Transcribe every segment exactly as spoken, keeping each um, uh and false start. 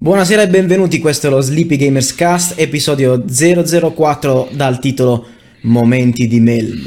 Buonasera e benvenuti, questo è lo Sleepy Gamers Cast, episodio zero zero quattro dal titolo Momenti di Melma.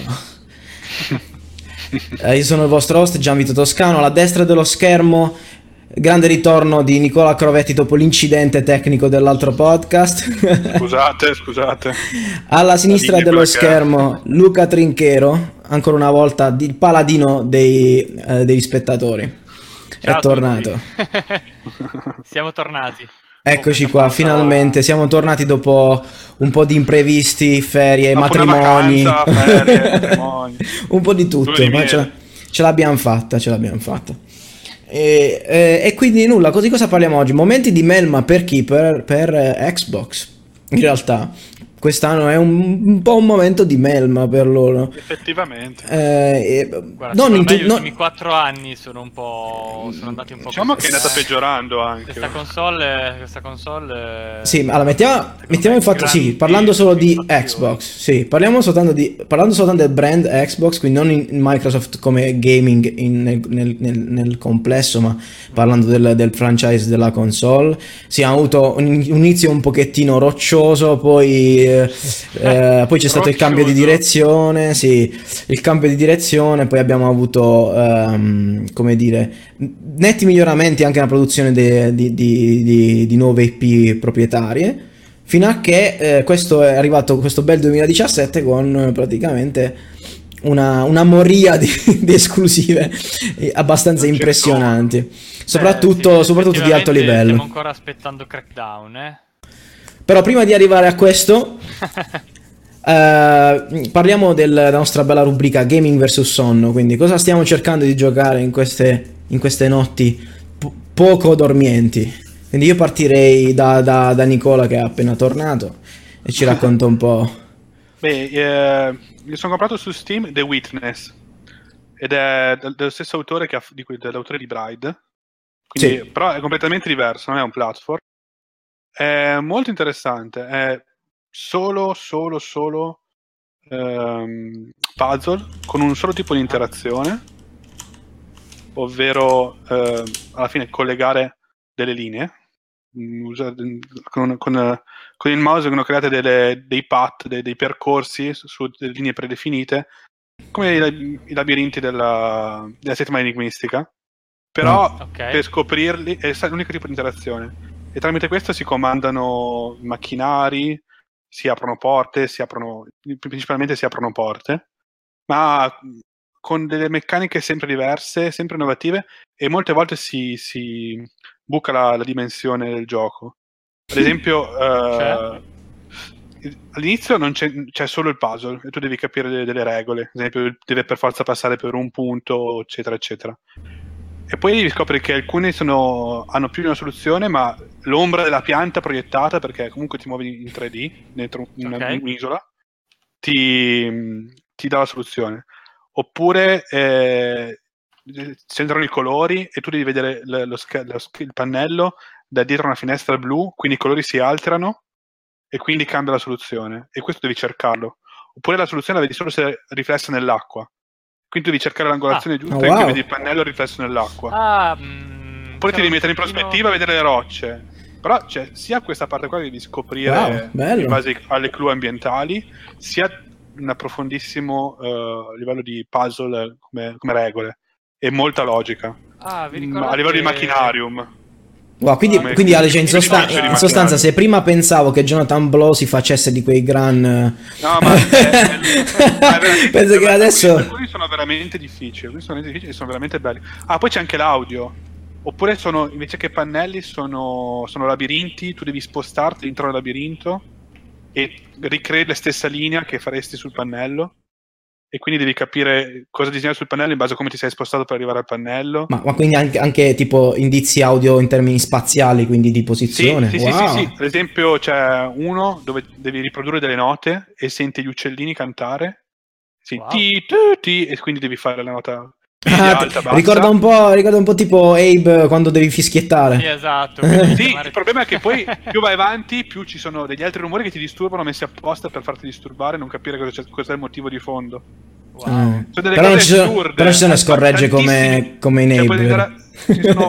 eh, io sono il vostro host Gianvito Toscano, alla destra dello schermo grande ritorno di Nicola Crovetti dopo l'incidente tecnico dell'altro podcast. Scusate, scusate. Alla sinistra dello schermo Luca Trinchero, ancora una volta il paladino dei, eh, degli spettatori. Ciao, è tornato. Siamo tornati. Eccoci qua, finalmente siamo tornati dopo un po' di imprevisti, ferie, dopo matrimoni, vacanza, ferie, matrimoni. un po' di tutto, ma ce, ce l'abbiamo fatta, ce l'abbiamo fatta. E, e, e quindi nulla, così cosa parliamo oggi? Momenti di melma per chi? Per, per eh, Xbox. In realtà quest'anno è un, un po' un momento di melma per loro. Effettivamente. Eh, Guarda, non me in gli non... ultimi quattro anni sono un po'. Sono andati un po'. Diciamo così. che è andata Eh, peggiorando anche. Questa console. Questa console. Sì, allora mettiamo, mettiamo in fatto, sì, parlando solo di Xbox, sì, parliamo soltanto di, parlando soltanto del brand Xbox, quindi non in Microsoft come gaming in, nel, nel, nel, nel complesso, ma parlando del, del franchise della console, sì, ha avuto un, un inizio un pochettino roccioso, poi, eh, eh, poi c'è stato il cambio di direzione, sì, il cambio di direzione, poi abbiamo avuto, um, come dire, netti miglioramenti anche nella produzione de, di, di, di, di nuove I P proprietarie, fino a che eh, questo è arrivato, questo bel duemiladiciassette, con praticamente una, una moria di, di esclusive abbastanza impressionanti, soprattutto, eh, sì, soprattutto di alto livello. Stiamo ancora aspettando Crackdown, eh? Però prima di arrivare a questo Uh, parliamo del, della nostra bella rubrica Gaming versus Sonno. Quindi cosa stiamo cercando di giocare in queste, in queste notti po- poco dormienti. Quindi io partirei da, da, da Nicola, che è appena tornato, e ci racconta un po'. Beh, eh, mi sono comprato su Steam The Witness, ed è del, dello stesso autore che ha, di cui, dell'autore di Bride, quindi, sì. Però è completamente diverso, non è un platform. È molto interessante, è solo, solo, solo ehm, puzzle con un solo tipo di interazione, ovvero eh, alla fine collegare delle linee. Usa, con, con, con il mouse vengono create delle, dei path, dei, dei percorsi su, su delle linee predefinite, come i, i labirinti della, della settimana enigmistica, però mm. okay. Per scoprirli è l'unico tipo di interazione, e tramite questo si comandano macchinari, si aprono porte, si aprono, principalmente si aprono porte, ma con delle meccaniche sempre diverse, sempre innovative, e molte volte si, si buca la, la dimensione del gioco. Ad esempio, uh, all'inizio non c'è, c'è solo il puzzle e tu devi capire delle, delle regole, ad esempio deve per forza passare per un punto, eccetera, eccetera. E poi scopri che alcuni sono, hanno più di una soluzione, ma l'ombra della pianta proiettata, perché comunque ti muovi in tre D dentro una, okay. un'isola, ti, ti dà la soluzione. Oppure eh, si entrano i colori e tu devi vedere lo, lo, lo, il pannello da dietro una finestra blu, quindi i colori si alterano e quindi cambia la soluzione, e questo devi cercarlo. Oppure la soluzione la vedi solo se riflessa nell'acqua, quindi devi cercare l'angolazione ah, giusta, oh, wow. in cui vedi il pannello riflesso nell'acqua. Ah, mh, Poi ti devi mettere in prospettiva a vedere le rocce. Però c'è sia questa parte qua che devi scoprire wow, in base alle clue ambientali, sia un approfondissimo uh, livello di puzzle come, come regole e molta logica. Ah, vi a livello che... di macchinarium. Wow, quindi, come, quindi Alice, in, sostan- in sostanza, se prima pensavo che Jonathan Blow si facesse di quei gran, no, ma è, è penso che adesso alcuni sono veramente difficili, alcuni sono veramente difficili e sono veramente belli. Ah, poi c'è anche l'audio. Oppure sono, invece che pannelli, sono, sono labirinti, tu devi spostarti dentro il labirinto e ricreare la stessa linea che faresti sul pannello, e quindi devi capire cosa disegnare sul pannello in base a come ti sei spostato per arrivare al pannello. Ma, ma quindi anche, anche tipo indizi audio in termini spaziali, quindi di posizione? Sì, sì, wow. sì, sì, sì. Ad esempio c'è uno dove devi riprodurre delle note e senti gli uccellini cantare. Sì, wow. ti, ti, ti, e quindi devi fare la nota media, ah, alta, bassa. Ricorda un po', ricorda un po' tipo Abe quando devi fischiettare. Sì, esatto. Sì, il problema è che poi più vai avanti, più ci sono degli altri rumori che ti disturbano, messi apposta per farti disturbare, non capire cosa c'è, cos'è il motivo di fondo. Wow. Mm. Però, non ci sono, però ci sono scorregge come, come in cioè, Abe. andare, ci sono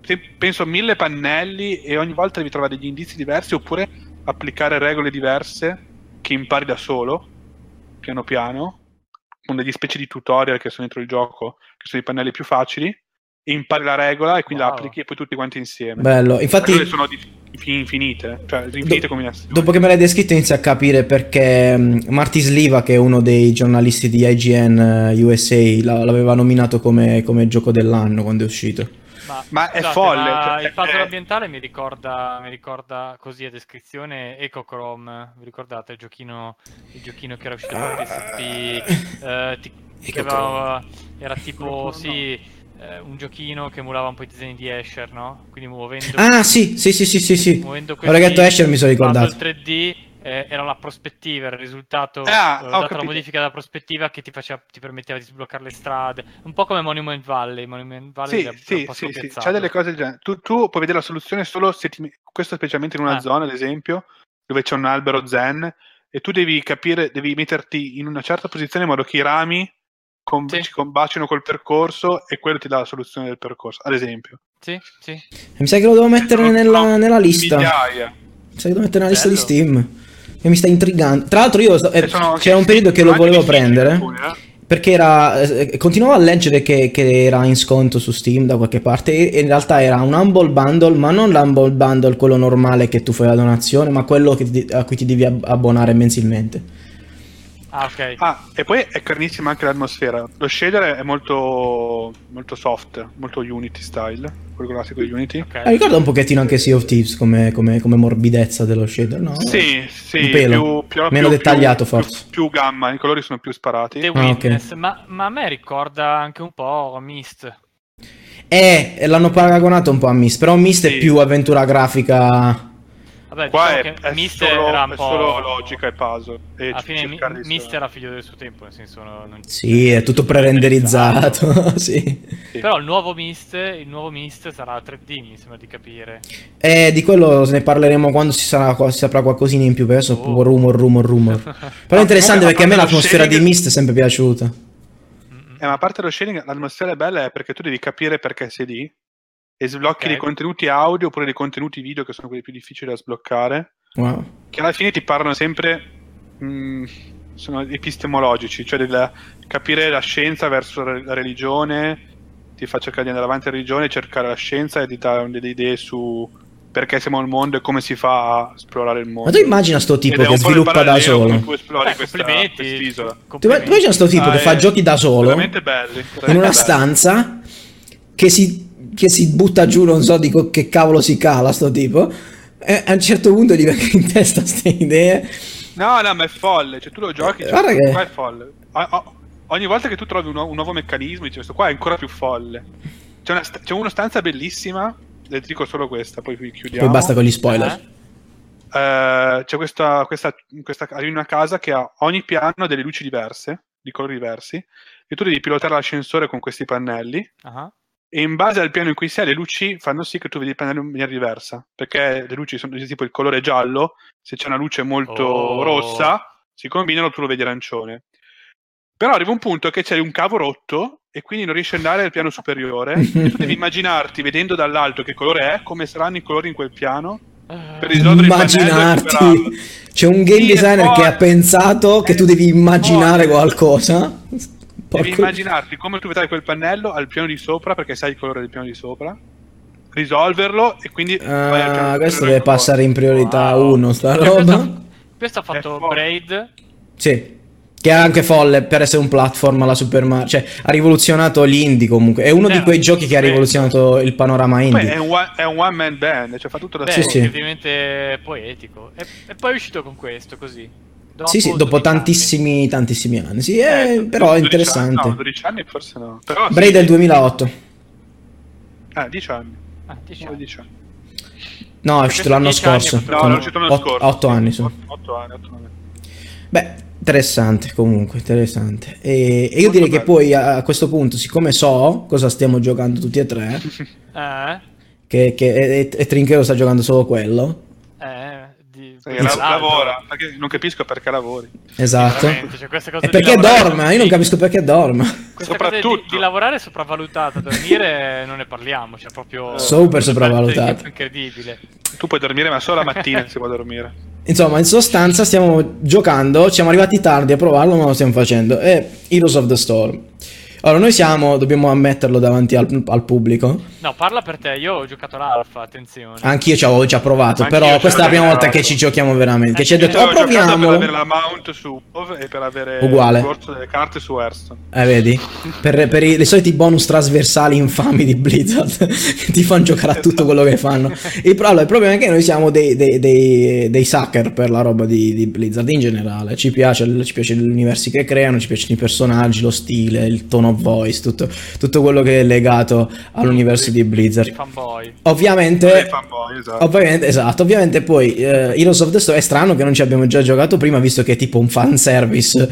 se penso mille pannelli e ogni volta devi trovare degli indizi diversi oppure applicare regole diverse che impari da solo, piano piano, con degli specie di tutorial che sono dentro il gioco, che sono i pannelli più facili, e impari la regola e quindi Wow. la applichi e poi tutti quanti insieme. Bello, infatti... Le regole sono di- infinite, cioè infinite Do- combinazioni. Dopo che me l'hai descritto inizio a capire perché um, Marty Sliva, che è uno dei giornalisti di I G N uh, U S A, la- l'aveva nominato come, come gioco dell'anno quando è uscito. Ma, Ma è scusate, folle, ma cioè, il puzzle è- ambientale mi ricorda, mi ricorda così a descrizione Echochrome. Vi ricordate il giochino, il giochino che era uscito per P S P? eh, ti- che aveva- era tipo sì, eh, un giochino che emulava un po' i disegni di Escher, no? Quindi muovendo, Ah, sì, sì, sì, sì, sì, sì. muovendo Ora che hai detto Escher mi sono ricordato. puzzle tre D. eh, era la prospettiva, era il risultato Ah, eh, ho dato la capito. modifica della prospettiva che ti, faceva, ti permetteva di sbloccare le strade, un po' come Monument Valley. Monument Valley Sì, era un sì, po' sì, sì, scopiazzato. c'è delle cose del genere. Tu, tu puoi vedere la soluzione solo se ti... Questo specialmente in una Ah. zona, ad esempio, dove c'è un albero zen, e tu devi capire, devi metterti in una certa posizione in modo che i rami com- Sì. ci combacino col percorso e quello ti dà la soluzione del percorso, ad esempio. Sì, sì. Mi sa che lo devo mettere Sono- nella, sono nella lista. Mi migliaia. sa che devo mettere nella lista di Bello. Steam. Che mi sta intrigando. Tra l'altro io sto- eh, E sono anche c'era un periodo che lo anche volevo difficili prendere. alcuni, eh. Perché era. eh, continuavo a leggere che, che era in sconto su Steam da qualche parte. E in realtà era un Humble Bundle, ma non l'Humble Bundle quello normale che tu fai la donazione, ma quello che ti- a cui ti devi ab- abbonare mensilmente. Ah, ok. Ah, e poi è carinissima anche l'atmosfera. Lo shader è molto molto soft, molto Unity style, quello classico di Unity. ok. Eh, ricorda un pochettino anche Sea of Thieves come, come- come morbidezza dello shader, no? Sì, sì, Un pelo. più, più- Meno più- dettagliato, più- forse. Più, più gamma, i colori sono più sparati. The Ah, ok. Witness, ma, ma a me ricorda anche un po' Myst. Eh, l'hanno paragonato un po' a Myst, però Myst è Sì. più avventura grafica. Vabbè, Qua diciamo è, che è Myst solo, era un è po'... solo logica e puzzle. E Alla fine cercare di Myst so- era figlio del suo tempo, nel senso... Non... Sì, è tutto pre-renderizzato, sì. sì. Però il nuovo Myst, il nuovo Myst sarà tre D, mi sembra di capire. Eh, di quello ne parleremo quando si, sarà, si saprà qualcosina in più, per adesso è Oh. proprio rumor, rumor, rumor. Però è interessante comunque, perché a me a parte lo l'atmosfera di sharing- Myst è sempre piaciuta. Mm-mm. Eh, ma a parte lo sharing, l'atmosfera è bella è perché tu devi capire perché sei lì e sblocchi Ok. dei contenuti audio oppure dei contenuti video che sono quelli più difficili da sbloccare, Wow. che alla fine ti parlano sempre, mh, sono epistemologici, cioè del capire la scienza verso la la religione, ti fa cercare di andare avanti alla religione, cercare la scienza e ti dà delle idee su perché siamo al mondo e come si fa a esplorare il mondo. Ma tu immagina sto tipo Ed è che un po' il sviluppa da parallelo solo. come tu esplori Beh, questa, complimenti. quest'isola. Tu complimenti. immagina sto tipo Ah, che fa è giochi da solo veramente belli, in veramente una belli. stanza che si, che si butta giù, non so di co- che cavolo si cala sto tipo. E a un certo punto gli vengono in testa queste idee. No, no, ma è folle, cioè tu lo giochi, cioè, Guarda che- qua è folle. O- o- ogni volta che tu trovi un, nu- un nuovo meccanismo, dici questo qua è ancora più folle. C'è una, sta- c'è una stanza bellissima, le dico solo questa, poi qui chiudiamo. Poi basta con gli spoiler. Eh? Eh, c'è questa, questa, questa, arrivi in una casa che ha ogni piano delle luci diverse, di colori diversi, e tu devi pilotare l'ascensore con questi pannelli. Ah. E in base al piano in cui sei, le luci fanno sì che tu vedi il pannello in maniera diversa. Perché le luci sono tipo il colore giallo, se c'è una luce molto Oh. rossa, si combinano, tu lo vedi arancione. Però arriva un punto che c'è un cavo rotto e quindi non riesci ad andare al piano superiore. E tu devi immaginarti, vedendo dall'alto che colore è, come saranno i colori in quel piano, per risolvere il pannello e Immaginarti. superarlo. C'è un game Sì, è designer che folle. ha pensato che È tu devi immaginare folle. qualcosa. Devi Porco- immaginarti come tu vedrai quel pannello al piano di sopra, perché sai il colore del piano di sopra, risolverlo e quindi vai al piano Ah, superiore questo deve ancora. passare in priorità Wow. uno sta Questo roba. ha- Questo ha fatto È forte. Braid. Sì. Che è anche folle per essere un platform alla Super Mario. Cioè, ha rivoluzionato l'indie comunque. È uno Eh, di quei giochi che ha sì. rivoluzionato il panorama Poi indie. è un, one, è un one man band, cioè fa tutto da Beh, Sì, solo. sì. effettivamente poetico. E, e poi è uscito con questo, così. Sì, sì, dopo dodici anni. tantissimi, tantissimi anni. Sì, Eh, è, però è dodici interessante. anni, no, dodici anni forse no. Però Braid sì. del duemilaotto. Eh, dieci anni. Ah, dieci No, anni. dieci anni. No, è Perché uscito l'anno questi dieci anni scorso. è No, proprio- Sono l'ho uscito l'anno ot- scorso. otto anni sono. Otto, otto anni, otto anni. Beh, interessante comunque, interessante. E, e io Molto direi che bello. poi a, a questo punto, siccome so cosa stiamo giocando tutti e tre, Eh? che, che e, e Trinchero sta giocando solo quello, Eh? Di... Sì, la- lavora, perché non capisco perché lavori. Esatto. Cioè, queste cose E di perché lavorare- dorma? Io non capisco perché dorma. Queste cose di, Soprattutto. di lavorare è sopravvalutata, dormire non ne parliamo, cioè proprio Super una sopravvalutata. perdita di tempo incredibile. Tu puoi dormire, ma solo la mattina si può dormire. Insomma, in sostanza stiamo giocando, siamo arrivati tardi a provarlo, ma lo stiamo facendo. È Heroes of the Storm. Allora, noi siamo, dobbiamo ammetterlo davanti al, al pubblico. No, parla per te, io ho giocato l'alfa, attenzione. Anch'io ci avevo già provato, Anch'io però ci questa è la avevo prima volta provato. che ci giochiamo veramente. Che ci ha Anch'io detto, Io oh, ho giocato per proviamolo. avere la mount su WoW e per avere Uguale. il corso delle carte su Hearthstone. Eh, vedi? Per, per i, i soliti bonus trasversali infami di Blizzard che ti fanno giocare a tutto quello che fanno. Il, pro- allora, il problema è che noi siamo dei, dei, dei, dei sucker per la roba di, di Blizzard in generale. Ci piace, ci piace gli universi che creano, ci piacciono i personaggi, lo stile, il tone of voice, tutto, tutto quello che è legato all'universo di I Blizzard. fanboy. Ovviamente, Dei fanboy, esatto. ovviamente, esatto, ovviamente poi eh, Heroes of the Storm è strano che non ci abbiamo già giocato prima, visto che è tipo un fanservice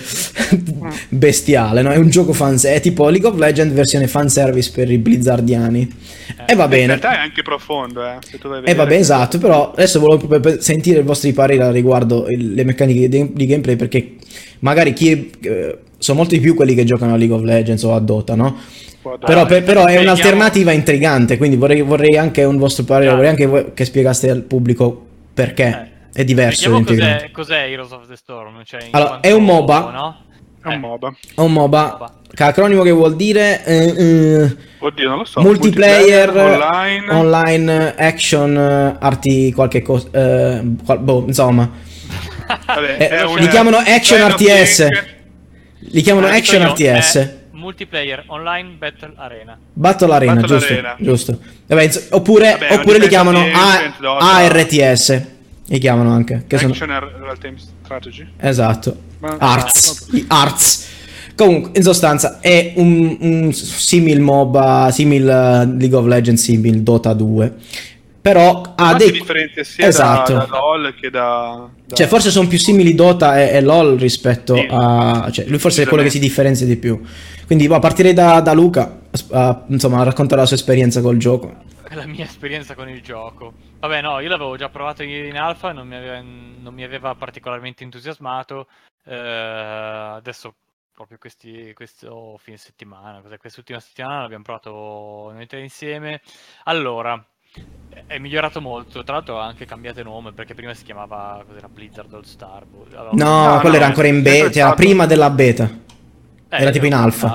bestiale, no? È un gioco fan, è tipo League of Legends versione fanservice per i blizzardiani. E va In bene. realtà è anche profondo, eh. Se tu vai a E vedere. vabbè, esatto, però adesso volevo proprio pe- sentire i vostri pareri al riguardo il- le meccaniche di, di gameplay, perché magari chi eh, sono molti di più quelli che giocano a League of Legends o a Dota, no? Può dare. Però, per- però è Spieghiamo- un'alternativa intrigante, quindi vorrei, vorrei anche un vostro parere, Chiaro. vorrei anche voi che spiegaste al pubblico perché Eh, è diverso. Vediamo ed cos'è, intrigante. cos'è Heroes of the Storm. Cioè, in Allora, quanto- è un MOBA. No? È un Eh, MOBA. È un MOBA, MOBA. che ha acronimo che vuol dire eh, eh, Oddio, non lo so. multiplayer, online. online, action, eh, arti, qualche cosa, eh, qual- boh, insomma. Vabbè, Eh, è un- li chiamano action Line of R T S. Link. Li chiamano Ah, dico action io, R T S. è Multiplayer Online Battle Arena. Battle Arena, Battle giusto, Arena. giusto. Vabbè, ins- oppure, Vabbè, oppure li ogni chiamano pezzo di A- Ancient Dota. A R T S. Li chiamano anche. Che sono... Action R- Real Time Strategy. Esatto. Ma- Arts. I Arts. Comunque, in sostanza, è un, un simil MOBA, simil uh, League of Legends, simil Dota due. Però ha Ma dei... si differenzia sia Esatto. da, da LoL che da, da- Cioè, forse sono più simili Dota e, e LoL rispetto Sì. a... Cioè, lui forse è quello che si differenzia di più. Quindi, boh, partirei da, da Luca, a- insomma, a raccontare la sua esperienza col gioco. La mia esperienza con il gioco. Vabbè, no, io l'avevo già provato in alfa e non mi aveva, non mi aveva particolarmente entusiasmato. Eh, adesso, proprio questi, questo fine settimana, cos'è, quest'ultima settimana l'abbiamo provato noi tre insieme. Allora, è migliorato molto. Tra l'altro ha anche cambiato nome, perché prima si chiamava cos'era, Blizzard All Star. boh, aveva- No, No, quello no, era ancora in è beta, sempre cioè, era stato- prima della beta. Eh, era tipo in alfa.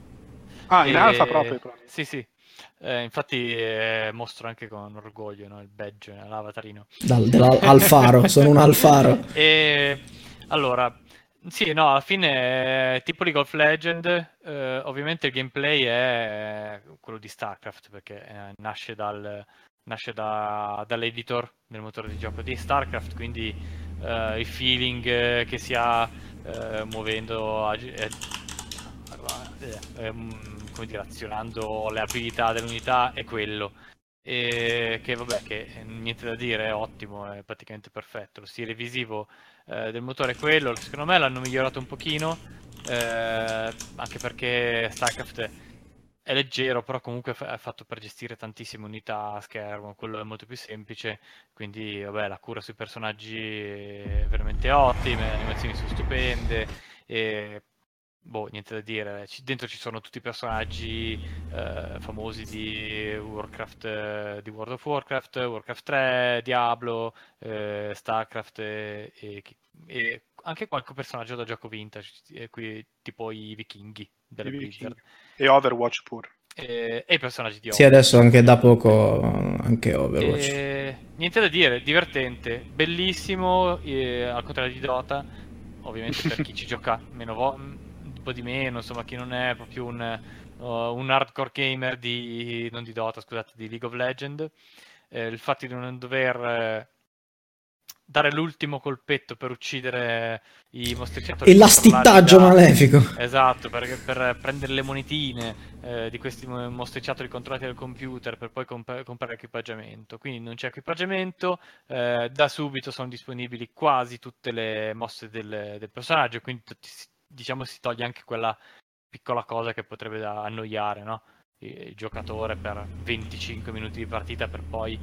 Ah, in E- alfa proprio. proprio. Sì, sì. Eh, infatti eh, mostro anche con orgoglio, no, il badge, l'avatarino. Dal, dell'Alfaro, sono un Alfaro. E allora, sì, no, alla fine è tipo League of Legends, eh, ovviamente il gameplay è quello di StarCraft, perché eh, nasce dal nasce da, dall'editor del motore di gioco di StarCraft, quindi eh, il feeling eh, che si ha eh, muovendo ag- eh, eh, ehm, come dire, azionando le abilità dell'unità è quello. E che vabbè, che niente da dire, è ottimo, è praticamente perfetto. Lo stile visivo eh, del motore è quello. Secondo me l'hanno migliorato un pochino, eh, anche perché StarCraft è leggero, però comunque è fatto per gestire tantissime unità a schermo, quello è molto più semplice, quindi vabbè, la cura sui personaggi è veramente ottima, le animazioni sono stupende, e boh, niente da dire. Ci- dentro ci sono tutti i personaggi eh, famosi di Warcraft, eh, di World of Warcraft, Warcraft tre, Diablo, eh, Starcraft e, e- e anche qualche personaggio da gioco vintage, eh, qui- tipo i vichinghi delle I Blizzard. Viking. E Overwatch pure. E, e i personaggi di Sì, adesso anche da poco anche Overwatch. E niente da dire, divertente, bellissimo, eh, al contrario di Dota, ovviamente per chi ci gioca meno vo- un po' di meno, insomma, chi non è proprio un, uh, un hardcore gamer di, non di Dota, scusate, di League of Legends, eh, il fatto di non dover eh, dare l'ultimo colpetto per uccidere i mostriciattoli E l'astittaggio controllati da- malefico. Esatto, per, per prendere le monetine eh, di questi mo- mostriciattoli controllati dal computer per poi comp- comprare equipaggiamento. Quindi non c'è equipaggiamento, eh, da subito sono disponibili quasi tutte le mosse del, del personaggio, quindi t- si- diciamo si toglie anche quella piccola cosa che potrebbe da- annoiare, no? Il, il giocatore per venticinque minuti di partita per poi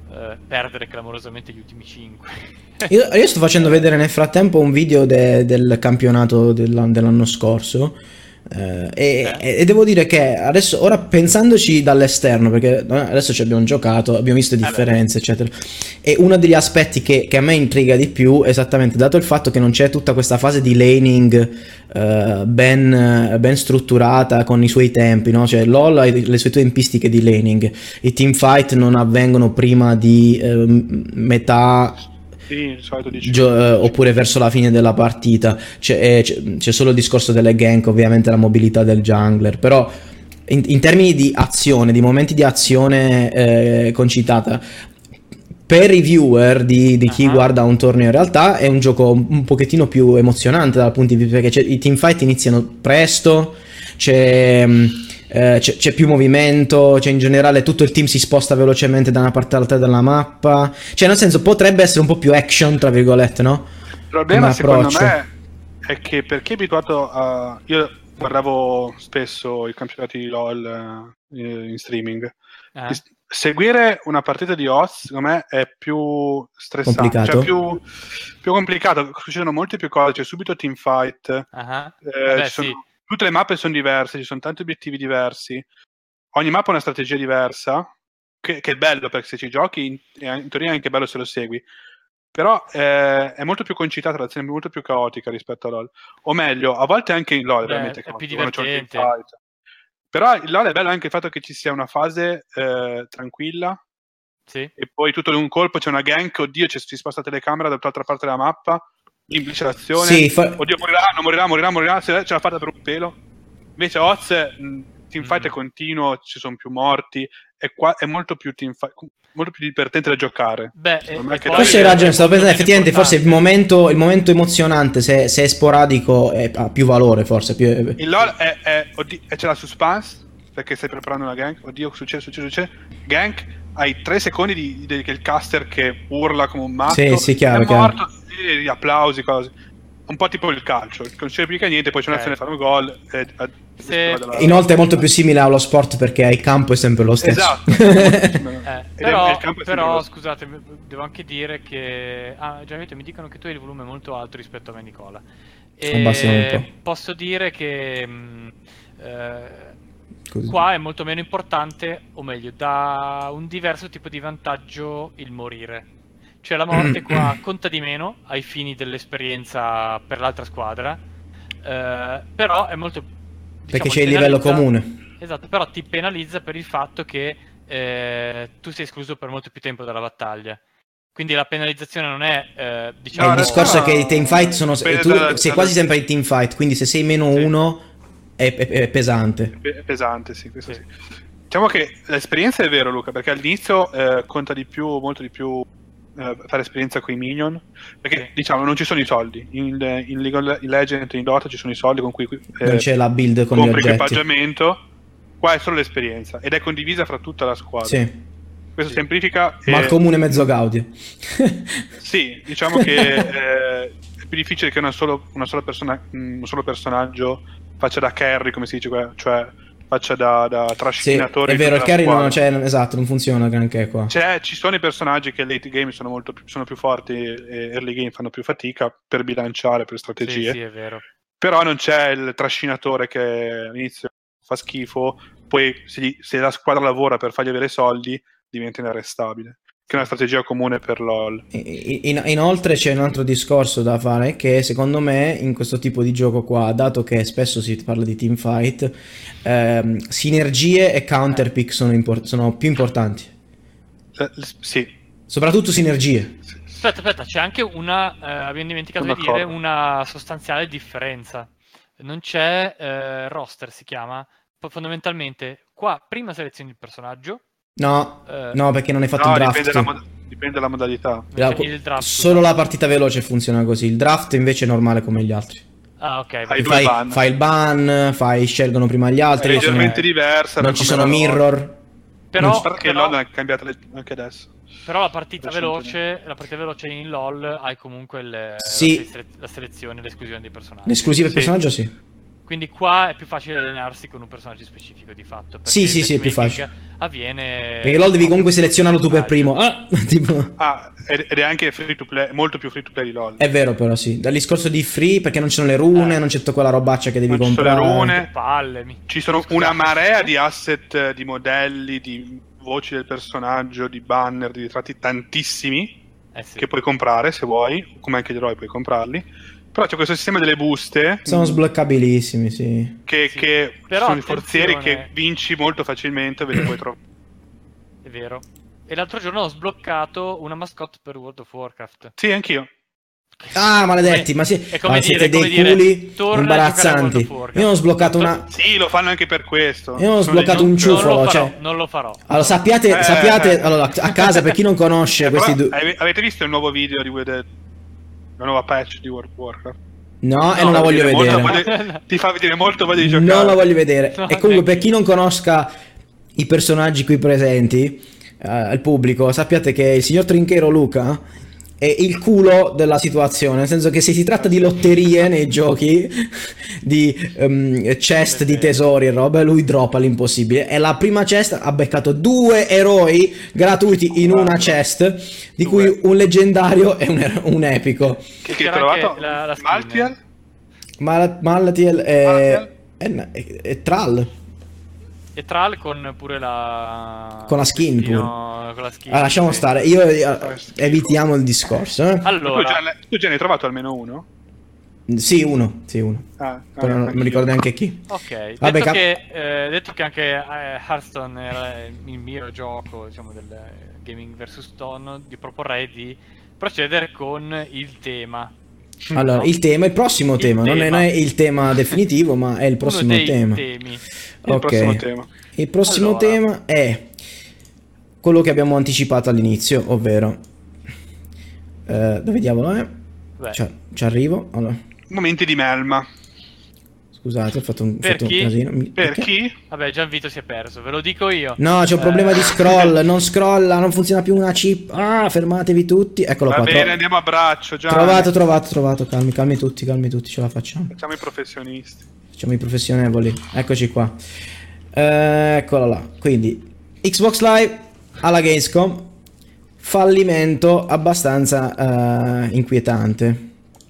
eh, perdere clamorosamente gli ultimi cinque. Io, io sto facendo vedere nel frattempo un video de- del campionato dell'an- dell'anno scorso. eh, e, Eh? e devo dire che adesso, ora pensandoci dall'esterno, perché noi adesso ci abbiamo giocato, abbiamo visto differenze, eccetera. E uno degli aspetti che, che a me intriga di più, esattamente dato il fatto che non c'è tutta questa fase di laning eh, ben, ben strutturata con i suoi tempi, no? Cioè LoL ha le sue tempistiche di laning, i teamfight non avvengono prima di eh, metà. Sì, il solito dici. Gio- eh, oppure verso la fine della partita. C'è, eh, c'è- c'è solo il discorso delle gank, ovviamente la mobilità del jungler, però in, in termini di azione, di momenti di azione eh, concitata, per i viewer di, di chi Ah. guarda un torneo in realtà è un gioco un, un pochettino più emozionante dal punto di vista, perché c'è- i teamfight iniziano presto, c'è... mh, eh, c'è, c'è più movimento, cioè in generale tutto il team si sposta velocemente da una parte all'altra della mappa, cioè nel senso potrebbe essere un po' più action tra virgolette, no? Il problema Come secondo approccio. me è che per chi è abituato a... Io guardavo spesso i campionati di LoL eh, in streaming. Eh? Seguire una partita di Oz, secondo me, è più stressante, Complicato. cioè più, più complicato. Succedono molte più cose, c'è subito teamfight, Ah. eh, Vabbè, ci sono- sì. tutte le mappe sono diverse, ci sono tanti obiettivi diversi. Ogni mappa ha una strategia diversa, che, che è bello perché se ci giochi, in, in teoria è anche bello se lo segui. Però eh, è molto più concitata, l'azione è molto più caotica rispetto a LoL. O meglio, a volte anche in LoL è Beh, veramente è più caotico, quando c'è un divertente. teamfight. Però il LoL è bello anche il fatto che ci sia una fase eh, tranquilla, Sì. e poi tutto in un colpo c'è una gank, oddio, c'è, si sposta la telecamera dall'altra parte della mappa, implica l'azione, Sì, fa- oddio, morirà, non morirà, morirà, morirà, se ce l'ha fatta per un pelo. Invece Oz, mh, teamfight Mm. è continuo, ci sono più morti, è, qua, è molto più teamfight, molto più divertente da giocare. Beh, Secondo e- me e che poi- Forse hai è- ragione, stavo pensando è effettivamente forse il importante. momento, il momento emozionante, se, se è sporadico, è- ha più valore forse. Più... Il LoL è, è, oddio, e c'è la suspense, perché stai preparando una gank, oddio, succede, succede, succede, gank, hai tre secondi di, di, che il caster che urla come un matto, Sì, sì, chiaro, è chiaro. morto, e gli applausi, cose. Un po' tipo il calcio, non c'è mica niente, poi c'è Ok. un'azione, fanno gol, e, e, Se- della- Inoltre è molto più simile allo sport perché il campo è sempre lo stesso. Esatto. Eh, Ed è- però, il campo è sempre però lo- scusate, devo anche dire che ah, Gianvito, mi dicono che tu hai il volume molto alto rispetto a me, Nicola. Abbassiamo un E po'. posso dire che mh, eh, Così. qua è molto meno importante, o meglio, dà un diverso tipo di vantaggio il morire. Cioè la morte qua conta di meno ai fini dell'esperienza per l'altra squadra, eh, però è molto... Perché diciamo, c'è il livello penalizza- comune. Esatto, però ti penalizza per il fatto che eh, tu sei escluso per molto più tempo dalla battaglia. Quindi la penalizzazione non è, eh, diciamo... E il in discorso è realtà, che i teamfight sono. dipende Tu dalla- sei dalla- quasi sempre in teamfight, quindi se sei meno Sì. uno è, è- è pesante. È pesante, sì, questo Sì. sì. Diciamo che l'esperienza è vero, Luca, perché all'inizio eh, conta di più, molto di più eh, fare esperienza con i minion, perché Sì. diciamo non ci sono i soldi. In, in League of Legends, in Dota ci sono i soldi con cui eh, Non c'è la build con gli compri oggetti. equipaggiamento, qua è solo l'esperienza ed è condivisa fra tutta la squadra. Sì. Questo Sì. semplifica. Ma e- il comune mezzo Gaudio. Sì, diciamo che eh, è più difficile che una, solo, una sola persona, un solo personaggio faccia da carry, come si dice, cioè faccia da, da Sì, trascinatore. è di vero, il tutta la carry non, squadra. cioè, esatto, non funziona granché qua. C'è- ci sono i personaggi che late game sono molto più, sono più forti e early game fanno più fatica per bilanciare, per Sì, strategie. sì, è vero. Però non c'è il trascinatore che all'inizio fa schifo, poi se, gli- se la squadra lavora per fargli avere soldi diventa inarrestabile, che è una strategia comune per LoL. I- in- inoltre c'è un altro discorso da fare che secondo me in questo tipo di gioco qua, dato che spesso si parla di teamfight, ehm, sinergie e counterpick sono, impor- sono più importanti. Eh, l- sì, Soprattutto sinergie. sì. Aspetta, aspetta, c'è anche una, eh, abbiamo dimenticato Sono di dire, d'accordo. una sostanziale differenza. Non c'è eh, roster, si chiama. Poi fondamentalmente, qua prima selezioni il personaggio, No, Eh, no, perché non hai fatto No, il draft. dipende, dalla tu. mod- dipende dalla modalità. non La- c'è il draft. Solo scusa. la partita veloce funziona così. Il draft invece è normale come gli altri. Ah, ok. Hai vai. due Fai, ban. fai il ban, fai, scelgono prima gli È altri. sono- leggermente diversa. non da ci come sono era LoL. mirror. Però, A parte che però- LoL è cambiata le- anche adesso. però la partita Recentemente. veloce, la partita veloce in LoL hai comunque le- Sì. la, sele- la selezione, l'esclusione dei personaggi. L'esclusivo Sì. personaggio sì. Quindi qua è più facile allenarsi con un personaggio specifico di fatto. Sì, sì, sì, è più facile. Avviene... Perché LoL devi comunque selezionarlo tu per primo. Ah, tipo... ah, ed è anche free to play, molto più free to play di LoL. È vero però, sì. Dal discorso di free, perché non ci sono le rune, eh. non c'è tutta quella robaccia che devi non comprare. Non ci sono le rune, palle, mi... ci sono Scusate. una marea di asset, di modelli, di voci del personaggio, di banner, di ritratti tantissimi eh sì. che puoi comprare se vuoi, come anche gli eroi puoi comprarli. Però c'è questo sistema delle buste. Sono sbloccabilissimi, sì. Che, sì. che Però sono i forzieri che vinci molto facilmente, ve li puoi trovare. È vero. E l'altro giorno ho sbloccato una mascotte per World of Warcraft. Sì, anch'io. Ah, maledetti, ma, sì. ma siete dire, dei culi imbarazzanti. Io non ho sbloccato una... Sì, lo fanno anche per questo. Io non ho sbloccato un ciuffolo, non lo farò, cioè... non lo farò. Allora, sappiate, eh, sappiate allora, a casa, per chi non conosce eh, questi due... Avete visto il nuovo video di Dead? La nuova patch di World of Warcraft? No, no, e non la voglio vedere. Voglia, ti fa vedere molto voglia di giocare. Non la voglio vedere. No, e comunque, per chi non conosca i personaggi qui presenti, uh, al pubblico, sappiate che il signor Trinchero Luca è il culo della situazione, nel senso che se si tratta di lotterie nei giochi, di um, chest di tesori e roba, lui droppa l'impossibile. E la prima chest ha beccato due eroi gratuiti in una chest, di cui un leggendario e un, un epico. Che, che hai trovato? La, la Malthael? Mal Malthael è, è, è, è Thrall. E Thrall con pure la... Con la skin pure. No, con la skin. Ah, lasciamo stare, io eh, evitiamo il discorso. Eh. Allora... Tu già, ne, tu già ne hai trovato almeno uno? Sì, uno, sì, uno. Ah, Però non, non mi ricordo neanche chi. Ok, Vabbè, detto, cap- che, eh, detto che anche eh, Hearthstone era il mio gioco, diciamo, del Gaming versus. Stone, vi proporrei di procedere con il tema. Allora, no? il tema, il prossimo il tema, tema. Non, è, non è il tema definitivo, ma è il prossimo Uno dei tema. Temi. Il okay. prossimo tema. Il prossimo allora. tema è quello che abbiamo anticipato all'inizio, ovvero eh, dove diavolo è? Ci, ci arrivo. Allora. Momenti di melma. Scusate, ho fatto un, per fatto chi? un casino. Mi, per perché? chi? Vabbè, già Vito si è perso, ve lo dico io. No, c'è un eh... problema di scroll, non scrolla, non funziona più una chip. Ah, fermatevi tutti. Eccolo Va qua. Va bene, tro- andiamo a braccio, già. Trovato, trovato, trovato. Calmi, calmi tutti, calmi tutti, ce la facciamo. Facciamo i professionisti. Facciamo i professionevoli. Eccoci qua. Eh, eccola là. Quindi, Xbox Live alla Gamescom. Fallimento abbastanza uh, inquietante.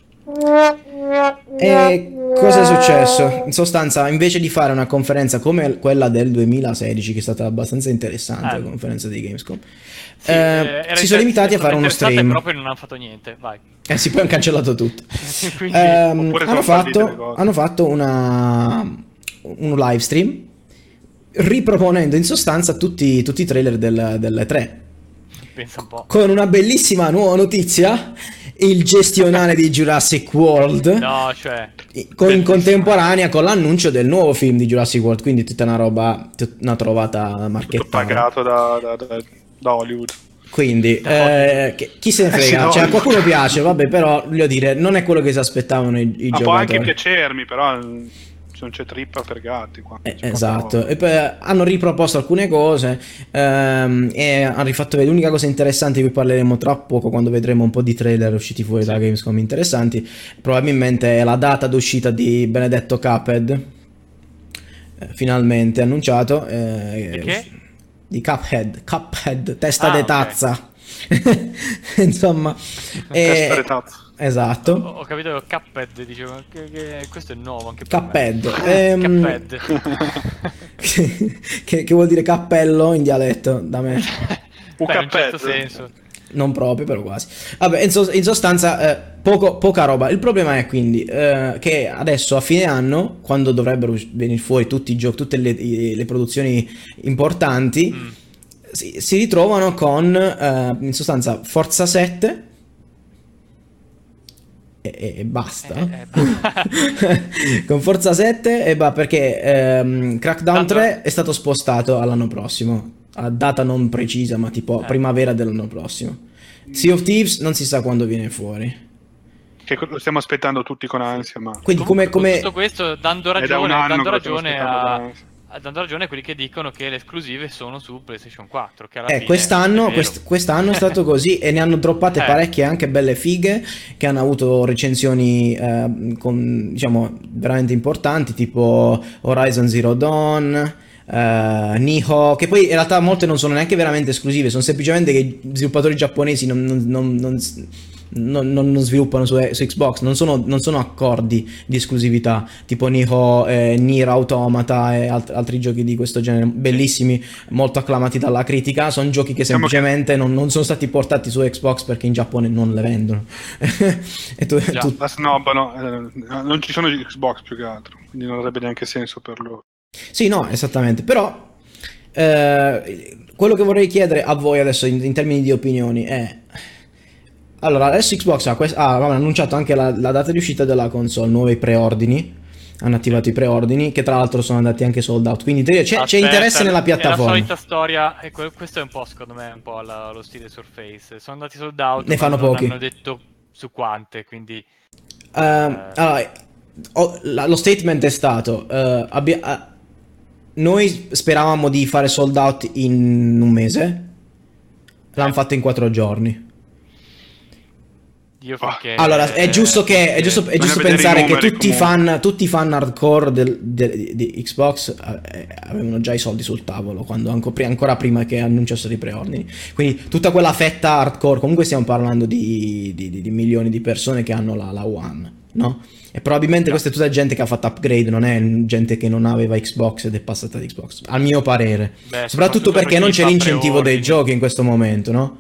E cosa è successo? In sostanza, invece di fare una conferenza come quella del duemilasedici, che è stata abbastanza interessante, eh. la conferenza di Gamescom, sì, eh, si sono limitati a fare uno stream. Proprio non hanno fatto niente, vai. Eh sì, poi hanno cancellato tutto. Quindi, eh, hanno, fatto, hanno fatto una un live stream riproponendo in sostanza tutti, tutti i trailer del, delle tre. Pensa un po'. Con una bellissima nuova notizia: il gestionale di Jurassic World. No, cioè con, in contemporanea con l'annuncio del nuovo film di Jurassic World, quindi tutta una roba, tutta una trovata marchettata. Tutto pagato da, da, da, da Hollywood. Quindi eh, che, chi se ne frega, eh sì, cioè, a qualcuno piace, vabbè, però voglio dire, non è quello che si aspettavano i, i Ma giocatori. può anche piacermi, però non c'è trippa per gatti qua. Eh, esatto, e poi hanno riproposto alcune cose ehm, e hanno rifatto vedere. L'unica cosa interessante di cui parleremo tra poco, quando vedremo un po' di trailer usciti fuori sì. da Gamescom interessanti, probabilmente è la data d'uscita di Benedetto Cuphead, eh, finalmente annunciato. Eh, di che? Di Cuphead, Cuphead, testa ah, de okay. tazza. Insomma, testa eh, de tazza. Esatto. Ho, ho capito che Cuphead, dicevo che, che questo è nuovo anche per Cuphead. me. Ehm, Cuphead. che, che vuol dire cappello in dialetto da me. Un Beh, in un certo cappello. senso. Non proprio, però quasi. Vabbè, in, so- in sostanza, eh, poco, poca roba. Il problema è quindi eh, che adesso a fine anno, quando dovrebbero venire fuori tutti i giochi, tutte le, i, le produzioni importanti, mm. si, si ritrovano con eh, in sostanza Forza sette. E, e basta. Eh, eh, con Forza sette e bah, perché ehm, Crackdown Tanto... tre è stato spostato all'anno prossimo, a data non precisa, ma tipo eh. primavera dell'anno prossimo. Sea of Thieves non si sa quando viene fuori, che lo stiamo aspettando tutti con ansia, ma quindi come, come... tutto questo dando ragione, dando ragione a, dando ragione a quelli che dicono che le esclusive sono su PlayStation quattro, che alla Eh, fine quest'anno, è vero. quest- quest'anno è stato così e ne hanno droppate Eh. parecchie anche belle fighe che hanno avuto recensioni eh, con, diciamo, veramente importanti, tipo Horizon Zero Dawn, eh, Nioh, che poi in realtà molte non sono neanche veramente esclusive, sono semplicemente che gli sviluppatori giapponesi non, non- non- non- non- non- non sviluppano su, su Xbox, non sono, non sono accordi di esclusività, tipo Nioh, eh, Nier Automata e alt- altri giochi di questo genere, bellissimi, molto acclamati dalla critica. Sono giochi che Diciamo che- semplicemente non, non sono stati portati su Xbox perché in Giappone non le vendono. E tu- Già. tu- La snobbano, eh, non ci sono gli Xbox più che altro, quindi non avrebbe neanche senso per loro. Sì, no, esattamente. Però eh, quello che vorrei chiedere a voi adesso in, in termini di opinioni è... Allora, adesso Xbox ha, quest- ah, aveva annunciato anche la, la data di uscita della console, nuovi preordini, hanno attivato i preordini, che tra l'altro sono andati anche sold out, quindi in teoria c'è, c'è Aspetta, interesse nella È la piattaforma. solita storia, e que- questo è un po', secondo me, un po' alla- lo stile Surface. Sono andati sold out, Ne ma fanno non pochi. hanno detto su quante, quindi... Ehm, allora, ho- la- lo statement è stato, eh, abbia- eh, noi speravamo di fare sold out in un mese, l'hanno Eh. fatto in quattro giorni. Io finché... Allora, è giusto che è giusto, è Bisogna giusto vedere i pensare che numeri, tutti i comunque. fan, tutti i fan hardcore del- de- di Xbox eh, avevano già i soldi sul tavolo quando anco- pri- ancora prima che annunciassero i preordini. Quindi tutta quella fetta hardcore, comunque stiamo parlando di, di- di- di milioni di persone che hanno la, la One, no? E probabilmente questa è tutta gente che ha fatto upgrade, non è gente che non aveva Xbox ed è passata ad Xbox, al mio parere. Beh, Soprattutto perché per non chi c'è fa l'incentivo dei preordini. giochi in questo momento, no?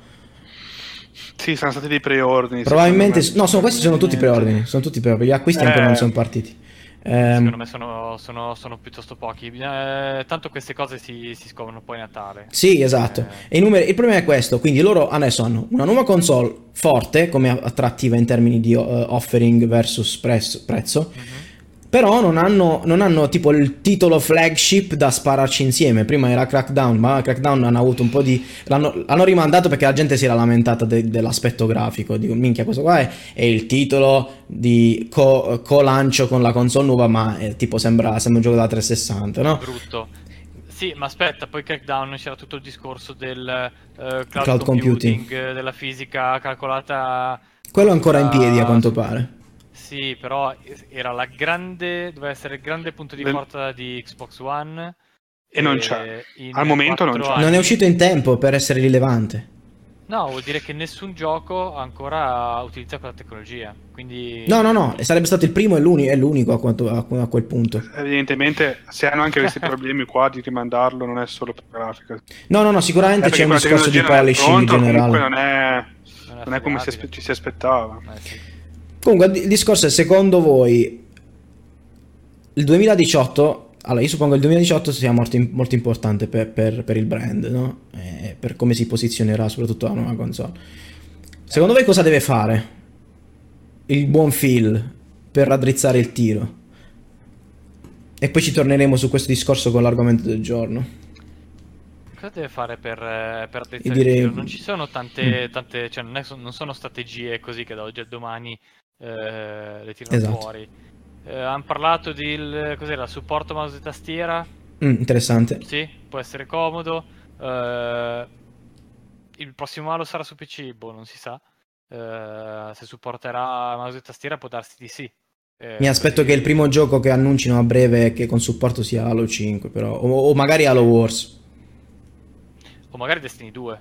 Sì, sono stati dei preordini. Probabilmente, secondo me. no, sono, questi sono tutti preordini, sono tutti preordini, gli acquisti ancora non Eh. sono partiti. Ehm, Secondo me sono, sono, sono piuttosto pochi. Eh, tanto queste cose si, si scoprono poi a Natale. Sì, esatto. Eh, E i numeri- il problema è questo, quindi loro adesso hanno una nuova console forte come attrattiva in termini di uh, offering versus prezzo, prezzo, mhm. però non hanno, non hanno tipo il titolo flagship da spararci insieme. Prima era Crackdown, ma Crackdown hanno avuto un po' di... l'hanno, l'hanno rimandato perché la gente si era lamentata de- dell'aspetto grafico. Dico, minchia, questo qua è, è il titolo di co- co-lancio con la console nuova, ma è, tipo sembra, sembra un gioco da trecentosessanta, no? Brutto. Sì, ma aspetta, poi Crackdown c'era tutto il discorso del eh, cloud, Cloud computing. computing, eh, della fisica calcolata. Quello è ancora in sulla- piedi a quanto su- pare. Sì, però era la grande, doveva essere il grande punto di Del- forza di Xbox One. E non eh, c'è. in Al momento non quattro c'è. Non è anni. uscito in tempo per essere rilevante. No, vuol dire che nessun gioco ancora utilizza quella tecnologia. Quindi No, no, no, sarebbe stato il primo e l'uni- e l'unico a, quanto- a- a quel punto. Evidentemente, se hanno anche questi problemi qua di rimandarlo, non è solo per grafica. No, no, no, sicuramente Eh, c'è perché un quella discorso di tecnologia non è polishing pronta, generale. comunque non è, non è, non è come si, affidabile. aspe- ci si aspettava. Eh, sì. Comunque, il discorso è, secondo voi, il duemiladiciotto... Allora, io suppongo che il duemiladiciotto sia molto, im- molto importante per, per- per il brand, no? E per come si posizionerà soprattutto la nuova console. Secondo voi cosa deve fare il buon Phil per raddrizzare il tiro? E poi ci torneremo su questo discorso con l'argomento del giorno. Cosa deve fare per, eh, per Io attrezzare direi- il tiro? Non ci sono tante, Mm. tante cioè non, è- non sono strategie così che da oggi al domani eh, le tirano Esatto. fuori. Eh, hanno parlato del cos'era, supporto mouse e tastiera. Mm, interessante. Sì, può essere comodo. Eh, il prossimo Halo sarà su P C, boh, non si sa. Eh, se supporterà mouse e tastiera può darsi di sì. Eh, Mi aspetto così- che il primo gioco che annuncino a breve che con supporto sia Halo cinque, però, o, o magari Halo Wars. O magari Destiny due.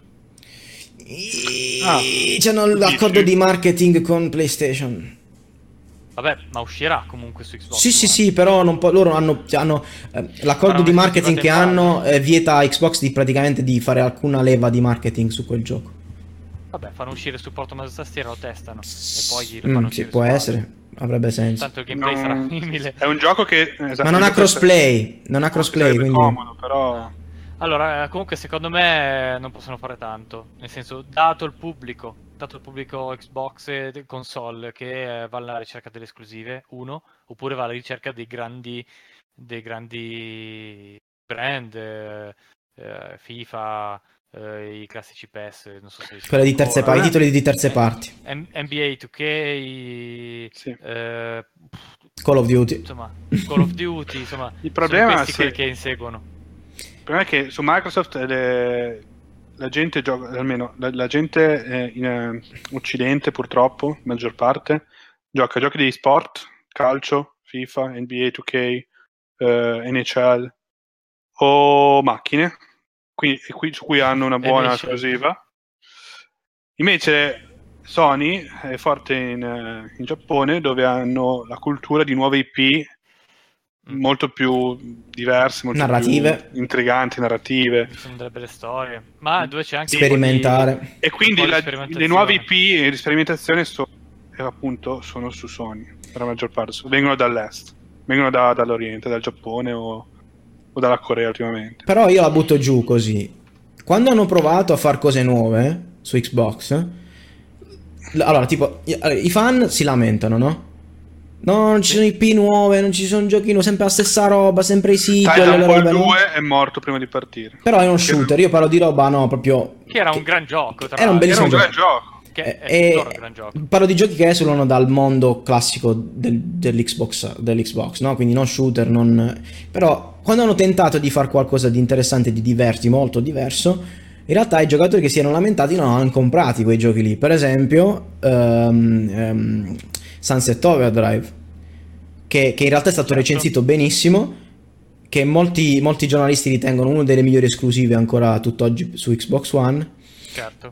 Ah, C'hanno l'accordo di marketing con PlayStation. Vabbè, ma uscirà comunque su Xbox. Sì, sì, One. sì, però non po- loro hanno, hanno eh, l'accordo Faranno di marketing che un'esclusiva hanno eh, vieta a Xbox di praticamente di fare alcuna leva di marketing su quel gioco. Vabbè, fanno uscire il supporto mouse e tastiera, lo testano e poi lo Mm, fanno sì, uscire può su Halo. essere, avrebbe senso. Tanto il gameplay Non- sarà simile. È un gioco che... esatto, Ma non ha questo crossplay, non ha crossplay, sarebbe quindi... comodo, però... Allora, eh, comunque secondo me non possono fare tanto. Nel senso, dato il pubblico, dato il pubblico Xbox e console che eh, va alla ricerca delle esclusive, uno, oppure va alla ricerca dei grandi, dei grandi brand, eh, eh, FIFA, eh, i classici P E S, non so se Quella di terze parti, i titoli di terze Eh, parti. N- NBA due K, Sì. eh, Call of Duty. Insomma, Call of Duty, insomma, il problema sono questi sì. che, che inseguono. Il problema è che su Microsoft le, la gente gioca, almeno la, la gente eh, in eh, Occidente purtroppo, maggior parte, gioca a giochi di sport, calcio, FIFA, N B A due K, eh, N H L o macchine, qui, qui, su cui hanno una buona N H L. esclusiva. Invece Sony è forte in, eh, in Giappone, dove hanno la cultura di nuove I P Mm. molto più diverse, molto Narrative. più intriganti, narrative. Sono delle belle storie, ma dove c'è anche Sperimentare. un po' di- E quindi un po' di la- sperimentazione. le nuove I P e di sperimentazione so- eh, appunto sono su Sony per la maggior parte, so- vengono dall'est, vengono da- dall'Oriente, dal Giappone o, o dalla Corea ultimamente. Però io la butto giù così. Quando hanno provato a fare cose nuove su Xbox, l- allora, tipo, i, allora, i fan si lamentano, no? No, non ci sono I P nuove, non ci sono giochi nuovi, sempre la stessa roba, sempre i sequel, le Titanfall robe, no? due è morto prima di partire. Però è uno shooter, io parlo di roba, no, proprio... Che era un gran gioco, tra Era un l'altro. Era un bellissimo gran gioco. Che Eh, è eh, tuttora un gran gioco. parlo di giochi che esulano dal mondo classico del- dell'Xbox, dell'Xbox, no? Quindi non shooter, non... Però quando hanno tentato di fare qualcosa di interessante, di diversi, molto diverso, in realtà i giocatori che si erano lamentati non hanno comprati quei giochi lì. Per esempio, ehm, ehm, Sunset Overdrive, che, che in realtà è stato Certo. recensito benissimo, che molti, molti giornalisti ritengono una delle migliori esclusive ancora tutt'oggi su Xbox One, Certo.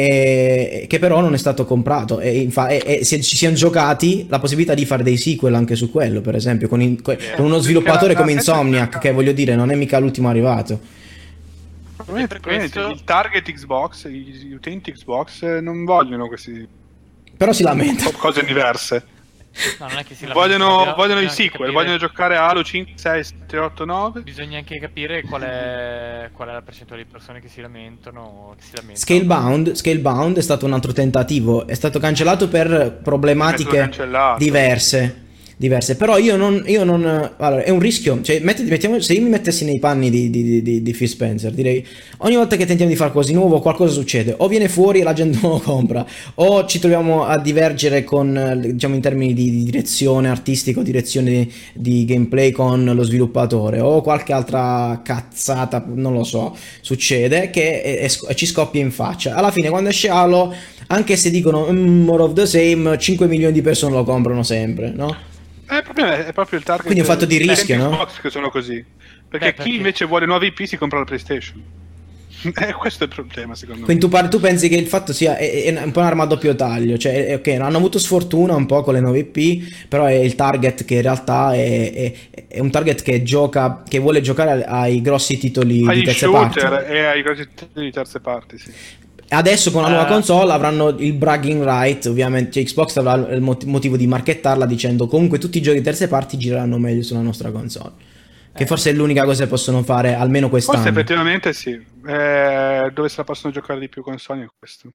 e che però non è stato comprato, e, infa- e- e si- ci siano giocati la possibilità di fare dei sequel anche su quello, per esempio con, in- con Vero. uno sviluppatore Perché la- come la- Insomniac, che voglio dire non è mica l'ultimo arrivato. Probabilmente, per probabilmente questo- il target Xbox, gli utenti Xbox eh, non vogliono questi Però si lamenta. cose diverse. No, non è che si Vogliono, lamentano, vogliono i bisogna anche sequel, capire- vogliono giocare a Halo cinque, sei, sette, otto, nove. Bisogna anche capire qual è, qual è la percentuale di persone che si lamentano. Che si lamentano. Scalebound, Scalebound è stato un altro tentativo, è stato cancellato per È stato problematiche cancellato. diverse. Diverse, però io non, io non, allora è un rischio, cioè mettiti- mettiamo, se io mi mettessi nei panni di, di, di, di Phil Spencer, direi ogni volta che tentiamo di fare qualcosa di nuovo qualcosa succede, o viene fuori e la gente non lo compra, o ci troviamo a divergere con, eh, diciamo in termini di, di direzione artistica o direzione di, di gameplay con lo sviluppatore, o qualche altra cazzata, non lo so, succede che è- è- ci scoppia in faccia. Alla fine quando esce Halo, anche se dicono "Mm, more of the same", cinque milioni di persone lo comprano sempre, no? Eh, il problema è proprio il target. Quindi un fatto di degli rischio, no? Xbox che sono così. Perché, Beh, perché- chi invece vuole nuovi I P si compra la PlayStation. Eh, questo è il problema, secondo me. Quindi tu, par- tu pensi che il fatto sia è, è un po' un'arma a doppio taglio, cioè è- ok, hanno avuto sfortuna un po' con le nuove I P, però è il target che in realtà è, è- è un target che gioca, che vuole giocare ai grossi titoli di Agli terze shooter parti. e ai grossi titoli di terze parti, sì. Adesso con la nuova Eh. console avranno il bragging right, ovviamente cioè, Xbox avrà il mot- motivo di markettarla dicendo comunque tutti i giochi di terze parti gireranno meglio sulla nostra console. Che Eh. forse è l'unica cosa che possono fare almeno Forse quest'anno. effettivamente sì. Eh, dove se la possono giocare di più con Sony è questo.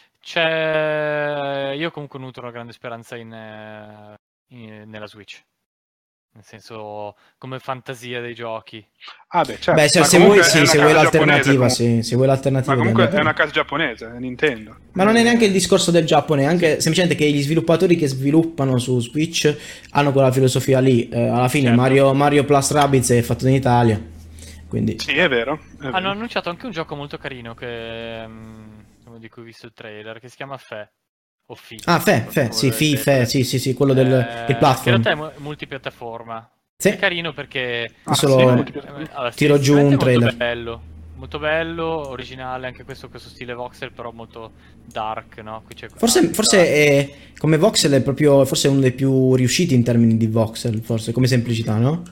C'è... Io comunque nutro una grande speranza in, eh, in- nella Switch. Nel senso, come fantasia dei giochi. Ah beh, certo. Beh, se, Ma se comunque vuoi, è sì, una se casa vuoi giapponese, l'alternativa, comunque. sì, se vuoi l'alternativa. Ma di comunque andare è per- una casa giapponese, è Nintendo. Ma non è Eh, neanche il discorso del Giappone, è anche semplicemente che gli sviluppatori che sviluppano su Switch hanno quella filosofia lì. Eh, alla fine Certo. Mario, Mario Plus Rabbids è fatto in Italia, quindi Sì, è vero. È vero. Hanno annunciato anche un gioco molto carino che, mm, di cui ho visto il trailer, che si chiama Fe. O Fi. ah, Fe, Fe, come sì, volete Fi, Fe, dire. sì, sì, sì, quello del Eh, il che in platform. realtà è mu- multipiattaforma. Sì. È carino perché Ah, solo- sì, eh, multipiattaforma. allora, sì, tiro giù un sicuramente è trailer. molto bello, molto bello, originale anche questo, questo stile voxel, però molto dark, no? Qui c'è Forse, dark, forse dark. è, come voxel è proprio, forse è uno dei più riusciti in termini di voxel, forse, come semplicità, no?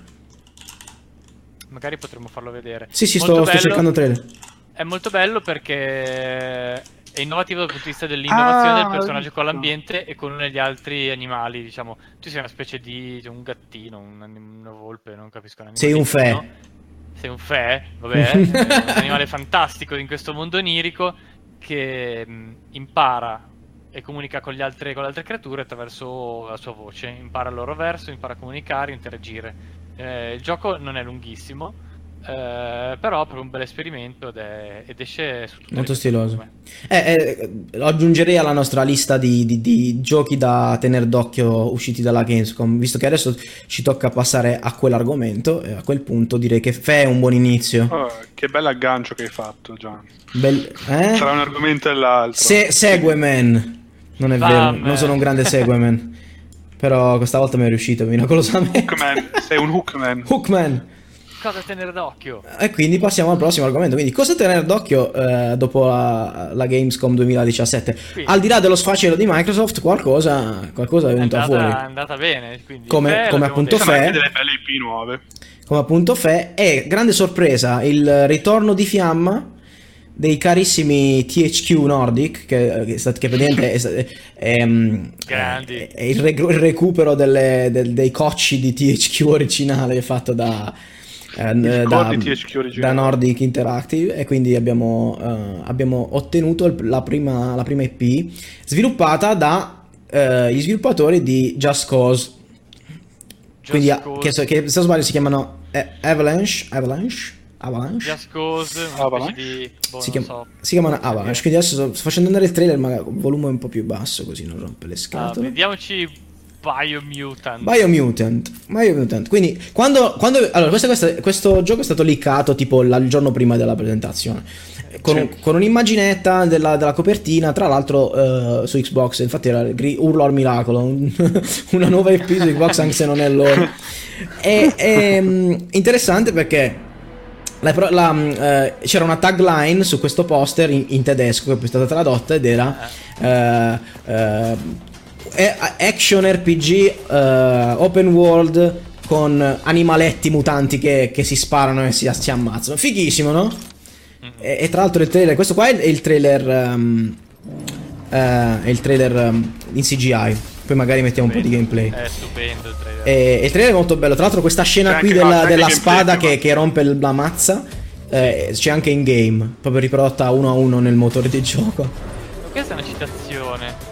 Magari potremmo farlo vedere. Sì, sì, Molto sto, sto bello. cercando trailer. È molto bello perché è innovativo dal punto di vista dell'innovazione Ah, del personaggio ho con visto. l'ambiente e con uno degli altri animali, diciamo. Tu sei una specie di cioè, un gattino, un, anim- una volpe, non capisco un Sei un fe. animalino. Sei un fe, vabbè, è un animale fantastico in questo mondo onirico che mh, impara e comunica con, gli altri, con le altre creature attraverso la sua voce. Impara il loro verso, impara a comunicare, interagire. Eh, il gioco non è lunghissimo. Eh, però per un bel esperimento ed, è, ed esce su tutte Molto le stiloso. Eh, eh, lo aggiungerei alla nostra lista di, di- di giochi da tenere d'occhio usciti dalla Gamescom, visto che adesso ci tocca passare a quell'argomento, e a quel punto direi che Fe è un buon inizio. Oh, che bello aggancio che hai fatto, Gian. Bel- eh? Tra un argomento e l'altro. Se- Segueman. Non è vero, Bam. non sono un grande Segueman. Però questa volta mi è riuscito miracolosamente. Hookman, sei un Hookman. Hookman. Cosa tenere d'occhio? E quindi passiamo al prossimo argomento. Quindi, cosa tenere d'occhio eh, dopo la, la Gamescom duemiladiciassette? Quindi. Al di là dello sfacelo di Microsoft, qualcosa, qualcosa è È venuto andata, fuori. è andata bene. Quindi Come- Fe, come l'abbiamo appunto detto. Sono Fe. anche delle belle I P nuove. Come appunto Fe. E grande sorpresa, il ritorno di fiamma dei carissimi T H Q Nordic, che, che, sta- che praticamente è, è, è, Grandi. è- è il, re- il recupero delle- del- dei cocci di T H Q originale fatto da, eh, Il da, core di T H Q da originale. Nordic Interactive, e quindi abbiamo, eh, abbiamo ottenuto il- la prima, la prima I P sviluppata da eh, gli sviluppatori di Just Cause. Just Quindi, ah, Cause. che, so- che se non sbaglio si chiamano eh, Avalanche, Avalanche, Avalanche. Just Cause, una Avalanche? specie di... Boh, si, non chiama- so. si chiamano Avalanche. Quindi adesso sto, sto facendo andare il trailer, ma con volume un po' più basso, così non rompe le Ah, scatole. vediamoci Biomutant. Biomutant, Biomutant. Quindi quando, quando allora questo, questo, questo gioco è stato leakato tipo la- il giorno prima della presentazione, con, un- con un'immaginetta della, della copertina, tra l'altro eh, su Xbox. Infatti era il gri- urlo al miracolo, un- una nuova I P su Xbox anche se non è loro. È, è mm, interessante perché la pro- la, mm, eh, c'era una tagline su questo poster in, in tedesco che poi è stata tradotta ed era eh, eh, è action R P G eh, open world con animaletti mutanti che, che si sparano e si, si ammazzano. Fighissimo, no? E, e tra l'altro il trailer, questo qua è il trailer um, eh, è il trailer um, in C G I. Poi magari mettiamo un po' di gameplay. È stupendo il trailer. E il trailer è molto bello. Tra l'altro questa scena C'è qui anche- della, ah, c'è anche della gameplay, spada sì, che, ma- che rompe il- la mazza eh, c'è anche in game, proprio riprodotta uno a uno nel motore di gioco. Questa è una citazione.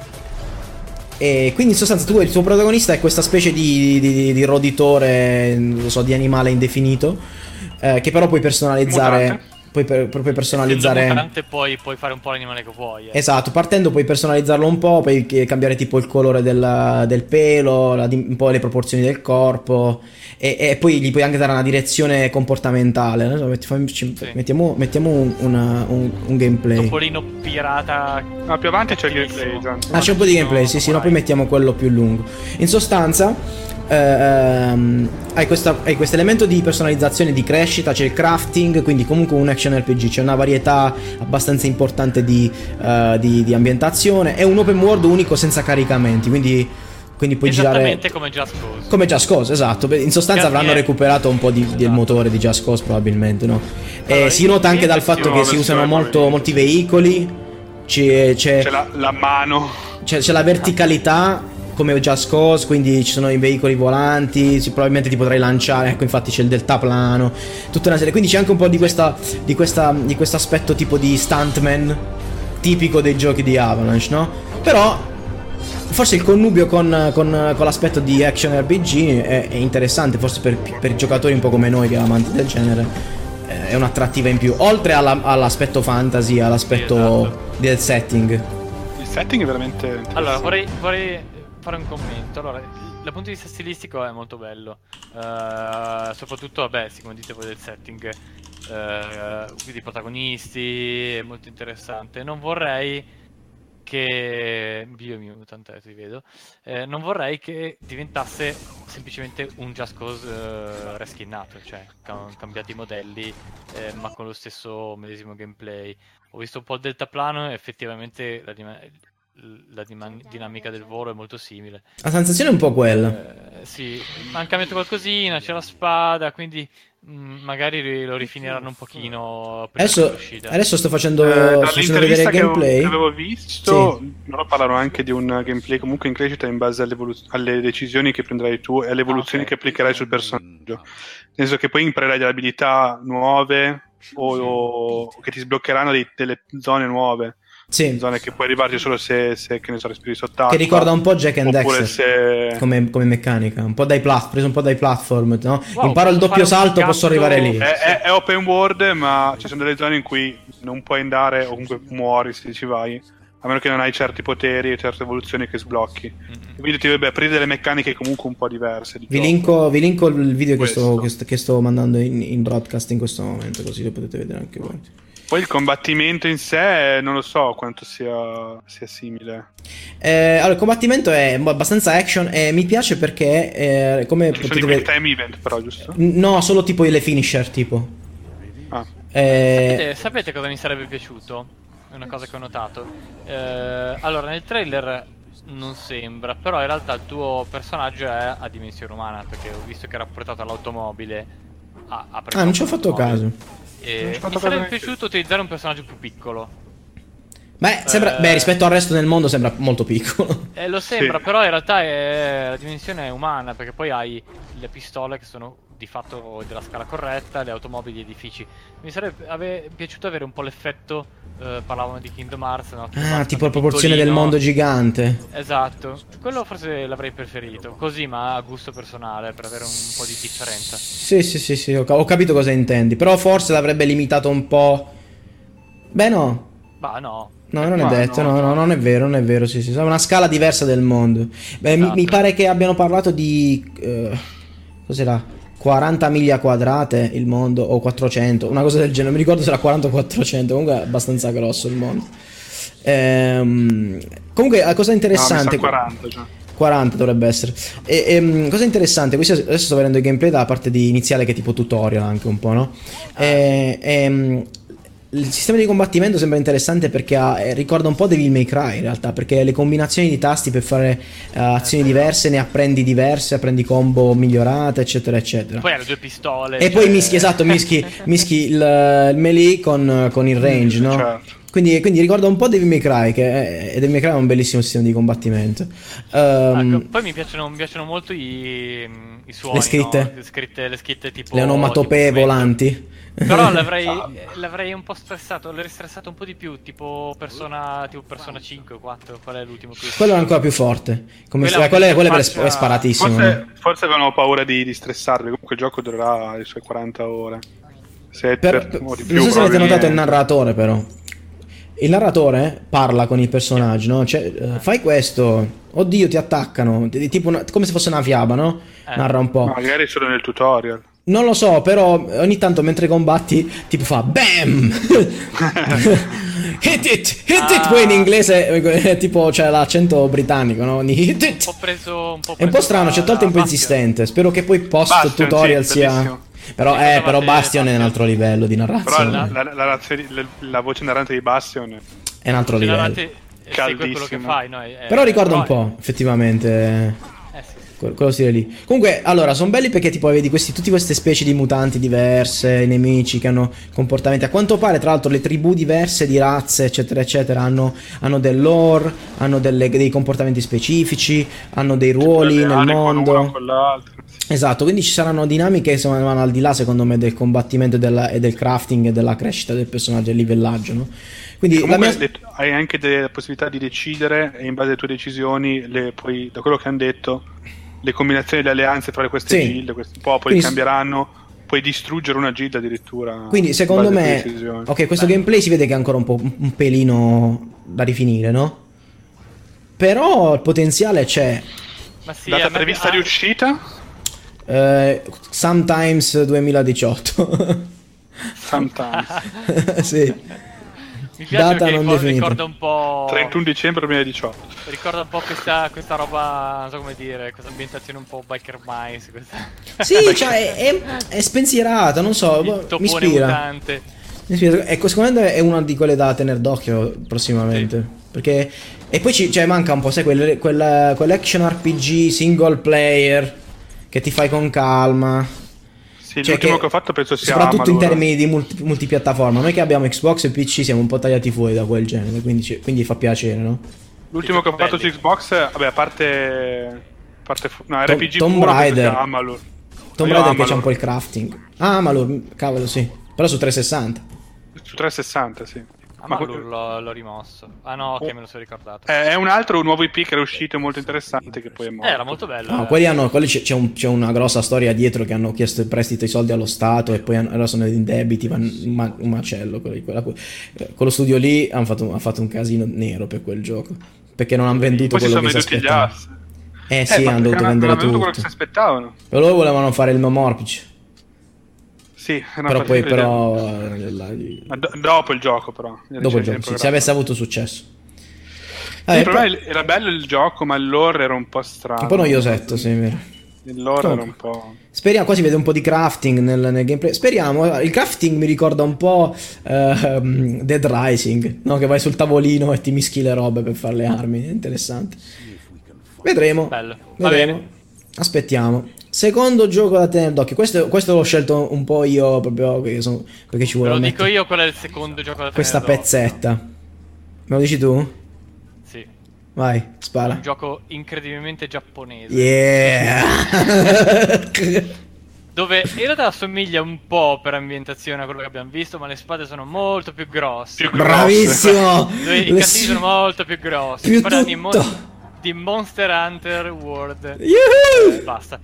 E quindi in sostanza tu, il tuo protagonista è questa specie di, di, di roditore, non so, di animale indefinito, eh, che però puoi personalizzare. Mutante. Puoi per- proprio personalizzare. Essendo mutante puoi, puoi fare un po' l'animale che vuoi. Eh. Esatto, partendo puoi personalizzarlo un po', puoi chi- cambiare tipo il colore del, del pelo, la di- un po' le proporzioni del corpo, e, e poi gli puoi anche dare una direzione comportamentale. No? Metti- fammi- ci- Sì. Mettiamo, mettiamo un, una- un- un gameplay. Topolino pirata. Ah, più avanti c'è il cattivissimo. gameplay, Gian. Ah, c'è un po' di gameplay, sì, sì, no, poi mettiamo quello più lungo. In sostanza, eh, ehm, hai questa- hai questo elemento di personalizzazione, di crescita, c'è il crafting, quindi comunque un action R P G, c'è una varietà abbastanza importante di, eh, di- di ambientazione, è un open world unico senza caricamenti, quindi, quindi puoi girare Esattamente come Just Cause. come Just Cause, esatto. Beh, in sostanza Casi avranno è- recuperato un po' di, del Esatto. motore di Just Cause probabilmente, no? E Allora, si nota anche dal fatto che si versione usano molto, probabilmente. molti veicoli, c'è, c'è, C'è la, la mano. c'è, c'è la verticalità come Just Cause, quindi ci sono i veicoli volanti, sì, probabilmente ti potrai lanciare, ecco, infatti c'è il deltaplano, tutta una serie, quindi c'è anche un po' di questa di questa di questo aspetto tipo di stuntman tipico dei giochi di Avalanche, no? Però forse il connubio con, con, con l'aspetto di action R P G è, è interessante, forse per, per giocatori un po' come noi che amanti del genere eh, è un'attrattiva in più, oltre alla- all'aspetto fantasy, all'aspetto Sì, esatto. del setting. Il setting è veramente interessante. Allora, vorrei, vorrei fare un commento. Allora, dal punto di vista stilistico è molto bello. Eh, soprattutto, vabbè, sì, come dite voi del setting. Eh, quindi i protagonisti, è molto interessante. Non vorrei che Biomutant, eh, ti vedo. Eh, non vorrei che diventasse semplicemente un Just Cause eh, reskinnato, cioè cam- cambiati i modelli, eh, ma con lo stesso medesimo gameplay. Ho visto un po' il deltaplano e effettivamente la, dima- la dima- dinamica del volo è molto simile. La sensazione è un po' quella. Eh, sì, hanno cambiato qualcosina, c'è la spada, quindi mh, magari ri- lo rifiniranno un pochino prima Adesso, dell'uscita. adesso sto facendo, Eh, sto facendo vedere il dall'intervista che avevo, gameplay. che avevo visto, loro parlano anche di un gameplay comunque in crescita in base alle, evolu- alle decisioni che prenderai tu e alle evoluzioni Ah, ok. che applicherai sul personaggio. Nel senso che poi imparerai delle abilità nuove o, o che ti sbloccheranno dei- delle zone nuove. Sì. Zone che puoi arrivarci solo se, se che ne so, respiri sott'acqua. Che ricorda un po' Jack and oppure Dexter se... come, come meccanica, un po' dai plat- preso un po' dai platform, no? Wow, Imparo il posso doppio fare un salto, posso canto- arrivare lì. È, è- è open world, ma ci sono delle zone in cui non puoi andare o comunque muori se ci vai, a meno che non hai certi poteri e certe evoluzioni che sblocchi. Mm-hmm. Quindi ti dovrebbe aprire delle meccaniche comunque un po' diverse. Di Vi gioco. linko, vi linko il video che sto, Questo. che, sto, che sto mandando in, in broadcast in questo momento, così lo potete vedere anche voi. Poi il combattimento in sé non lo so quanto sia, sia simile. Eh, allora, il combattimento è abbastanza action e mi piace perché, eh, come Ci sono potete i quick vedere... time event però, giusto? No, solo tipo le finisher, tipo. Ah. Eh, Sapete, sapete cosa mi sarebbe piaciuto? È una cosa che ho notato. Eh, allora, nel trailer non sembra, però in realtà il tuo personaggio è a dimensione umana, perché ho visto che era portato all'automobile. A, a ah, non ci ho fatto caso. E Non ci ho fatto mi sarebbe caso piaciuto utilizzare un personaggio più piccolo. Beh, sembra, Eh. beh, rispetto al resto del mondo sembra molto piccolo. Eh, lo sembra, Sì. però in realtà è, la dimensione è umana, perché poi hai le pistole che sono di fatto della scala corretta, le automobili e gli edifici. Mi sarebbe ave- piaciuto avere un po' l'effetto, eh, parlavano di Kingdom Hearts, no? Kingdom Ah, Hearts tipo la quando è proporzione del piccolino. mondo gigante. Esatto, quello forse l'avrei preferito, così ma a gusto personale, per avere un po' di differenza. Sì, sì, sì, sì, ho, ca- ho capito cosa intendi. Però forse l'avrebbe limitato un po'. Beh, no. Bah no. No, non è Ma detto, no, no, no, no. non è vero, non è vero, sì, sì, è una scala diversa del mondo. Beh, mi, Esatto. mi pare che abbiano parlato di... eh, cos'era? quaranta miglia quadrate il mondo, o quattrocento, una cosa del genere, non mi ricordo se era quaranta o quattrocento, comunque è abbastanza grosso il mondo. Ehm, comunque, la cosa No, mi interessante... sa quaranta già. quaranta dovrebbe essere. E, ehm, cosa interessante, questo adesso sto vedendo il gameplay dalla parte di iniziale che è tipo tutorial anche un po', no? E, ehm, il sistema di combattimento sembra interessante perché ha, eh, ricorda un po' Devil May Cry in realtà, perché le combinazioni di tasti per fare eh, azioni diverse, ne apprendi diverse, apprendi combo migliorate, eccetera, eccetera. Poi hai le due pistole. E poi cioè- mischi, esatto, mischi, mischi il, il melee con, con il range, no? Certo. Quindi, quindi ricorda un po' Devil May Cry, che è, e Devil May Cry è un bellissimo sistema di combattimento. Ehm, Ecco, poi mi piacciono, mi piacciono molto i, i suoni, Le scritte? no? Le scritte, le scritte tipo... le onomatopee tipo volanti. Però l'avrei, Ah. l'avrei un po' stressato, l'avrei stressato un po' di più, tipo Persona, tipo Persona cinque o quattro, qual è l'ultimo che ho visto? Quello è ancora più forte. Come Quella quello, è, quello è, faccia- è sparatissimo. Forse, no? forse avevano paura di, di stressarli. Comunque il gioco durerà le sue quaranta ore. Se Per- per- o di più, non so se avete notato il probabilmente. narratore, però. Il narratore parla con il personaggio, no? Cioè, eh, fai questo, oddio, ti attaccano. T- Tipo una- come se fosse una fiaba, no? Eh. Narra un po'. Magari solo nel tutorial. Non lo so, però ogni tanto mentre combatti, tipo fa BAM! Hit it! Hit it! Ah. Poi in inglese è tipo c'è l'accento britannico, no? Di hit Un it! po' preso... Un po' È un po' preso strano, da- c'è tolto un po' da Bastion. insistente. Spero che poi post Bastion, tutorial sì, sia. bellissimo. Però, Sì, eh, potevate però Bastion è un Bastion. altro livello di Però narrazione. la, la, la, razione- la- la voce narrante di Bastion È un altro Cioè, livello. davanti- eh, segui quello che Caldissimo. fai, no? È- Però ricorda un però è- po', effettivamente. Eh sì. que- Quello stile lì. Comunque, allora, sono belli perché tipo vedi questi, tutte queste specie di mutanti diverse, i nemici che hanno comportamenti. A quanto pare, tra l'altro, le tribù diverse di razze, eccetera, eccetera, hanno, hanno del lore, hanno delle- dei comportamenti specifici, hanno dei ruoli nel Alleati con mondo. uno con l'altro. Esatto, quindi ci saranno dinamiche che vanno al di là, secondo me, del combattimento e, della- e del crafting e della crescita del personaggio e il livellaggio, no? Quindi la Comunque mia... le- hai anche delle possibilità di decidere e in base alle tue decisioni, le, poi, da quello che hanno detto, le combinazioni delle alleanze tra queste Sì. gilde, questi popoli Quindi- cambieranno, puoi distruggere una gilda addirittura. Quindi in secondo base alle me, tue decisioni. ok, questo gameplay si vede che è ancora un po' un pelino da rifinire, no? Però il potenziale c'è. Ma sì, Data a me- prevista ah, di uscita? Eh, sometimes duemiladiciotto. Sometimes. Sì. Mi piace Data perché non ricorda, definita. ricorda un po'... trentuno dicembre duemiladiciotto. Ricorda un po' questa, questa roba, non so come dire, questa ambientazione un po' biker mice, questa... Sì, cioè è, è spensierata, non so, il boh, mi topone ispira. mutante. Mi ispira. Ecco, secondo me è una di quelle da tenere d'occhio prossimamente. Perché... E poi ci, cioè, manca un po', sai, quel, quel, quell'action R P G single player che ti fai con calma. Sì, Cioè l'ultimo che- che ho fatto penso sia soprattutto in Amalur. termini di multi- multipiattaforma. Noi che abbiamo Xbox e P C siamo un po' tagliati fuori da quel genere, quindi, ci- quindi fa piacere, no? L'ultimo che ho fatto Belli. su Xbox, vabbè, a parte... a parte fu- no, Tom- R P G Tomb puro, penso Raider. sia Amalur. Tomb Io Raider che c'ha Amalur. un po' il crafting. Ah, Malur, cavolo, sì. Però su trecentosessanta. Su trecentosessanta, sì. Ah, Ma ma que- l'ho, l'ho rimosso. Ah no, ok, me lo sono ricordato. È un altro nuovo I P che era uscito molto interessante che poi è Eh, morto. era molto bello. No, eh. quelli hanno, quelli c'è, c'è un- c'è una grossa storia dietro che hanno chiesto in prestito i soldi allo Stato e poi hanno, allora sono in debiti, ma un, ma- un macello. Quelli, quella- eh, quello studio lì hanno fatto, ha fatto un casino nero per quel gioco, perché non hanno venduto Poi si quello sono che si venduti gli aspettavano. ass. Eh sì, ma hanno perché dovuto non, vendere non hanno venduto quello che tutto. si aspettavano. E loro volevano fare il Morpige, Sì, è una però poi partita però... eh, la- Ma do- dopo il gioco, però. dopo il gioco, sì, se avesse avuto successo. Ah, il e problema poi- è- era bello il gioco, ma il lore era un po' strano. un po' noiosetto, sì, è vero. Il lore era un Comunque, po'. speriamo, qua si vede un po' di crafting nel, nel gameplay. Speriamo, il crafting mi ricorda un po' ehm, Dead Rising, no? Che vai sul tavolino e ti mischi le robe per fare le armi. È interessante. Vedremo. Bello. Va Vedremo. bene. Aspettiamo. Secondo gioco da tenere d'occhio. Questo, questo l'ho scelto un po' io proprio perché, sono, perché ci Ve vuole lo dico mettere io qual è il secondo gioco da tenere questa d'occhio. pezzetta. Me lo dici tu? Sì. Vai, Un spara. gioco incredibilmente giapponese. Yeah. Dove in realtà assomiglia un po' per ambientazione a quello che abbiamo visto, ma le spade sono molto più grosse. Più grosse. Bravissimo. Dove I Le- cattivi sono molto più grossi. Più Parliamo di, tutto. Mon- di Monster Hunter World. Yuhu! Eh, basta.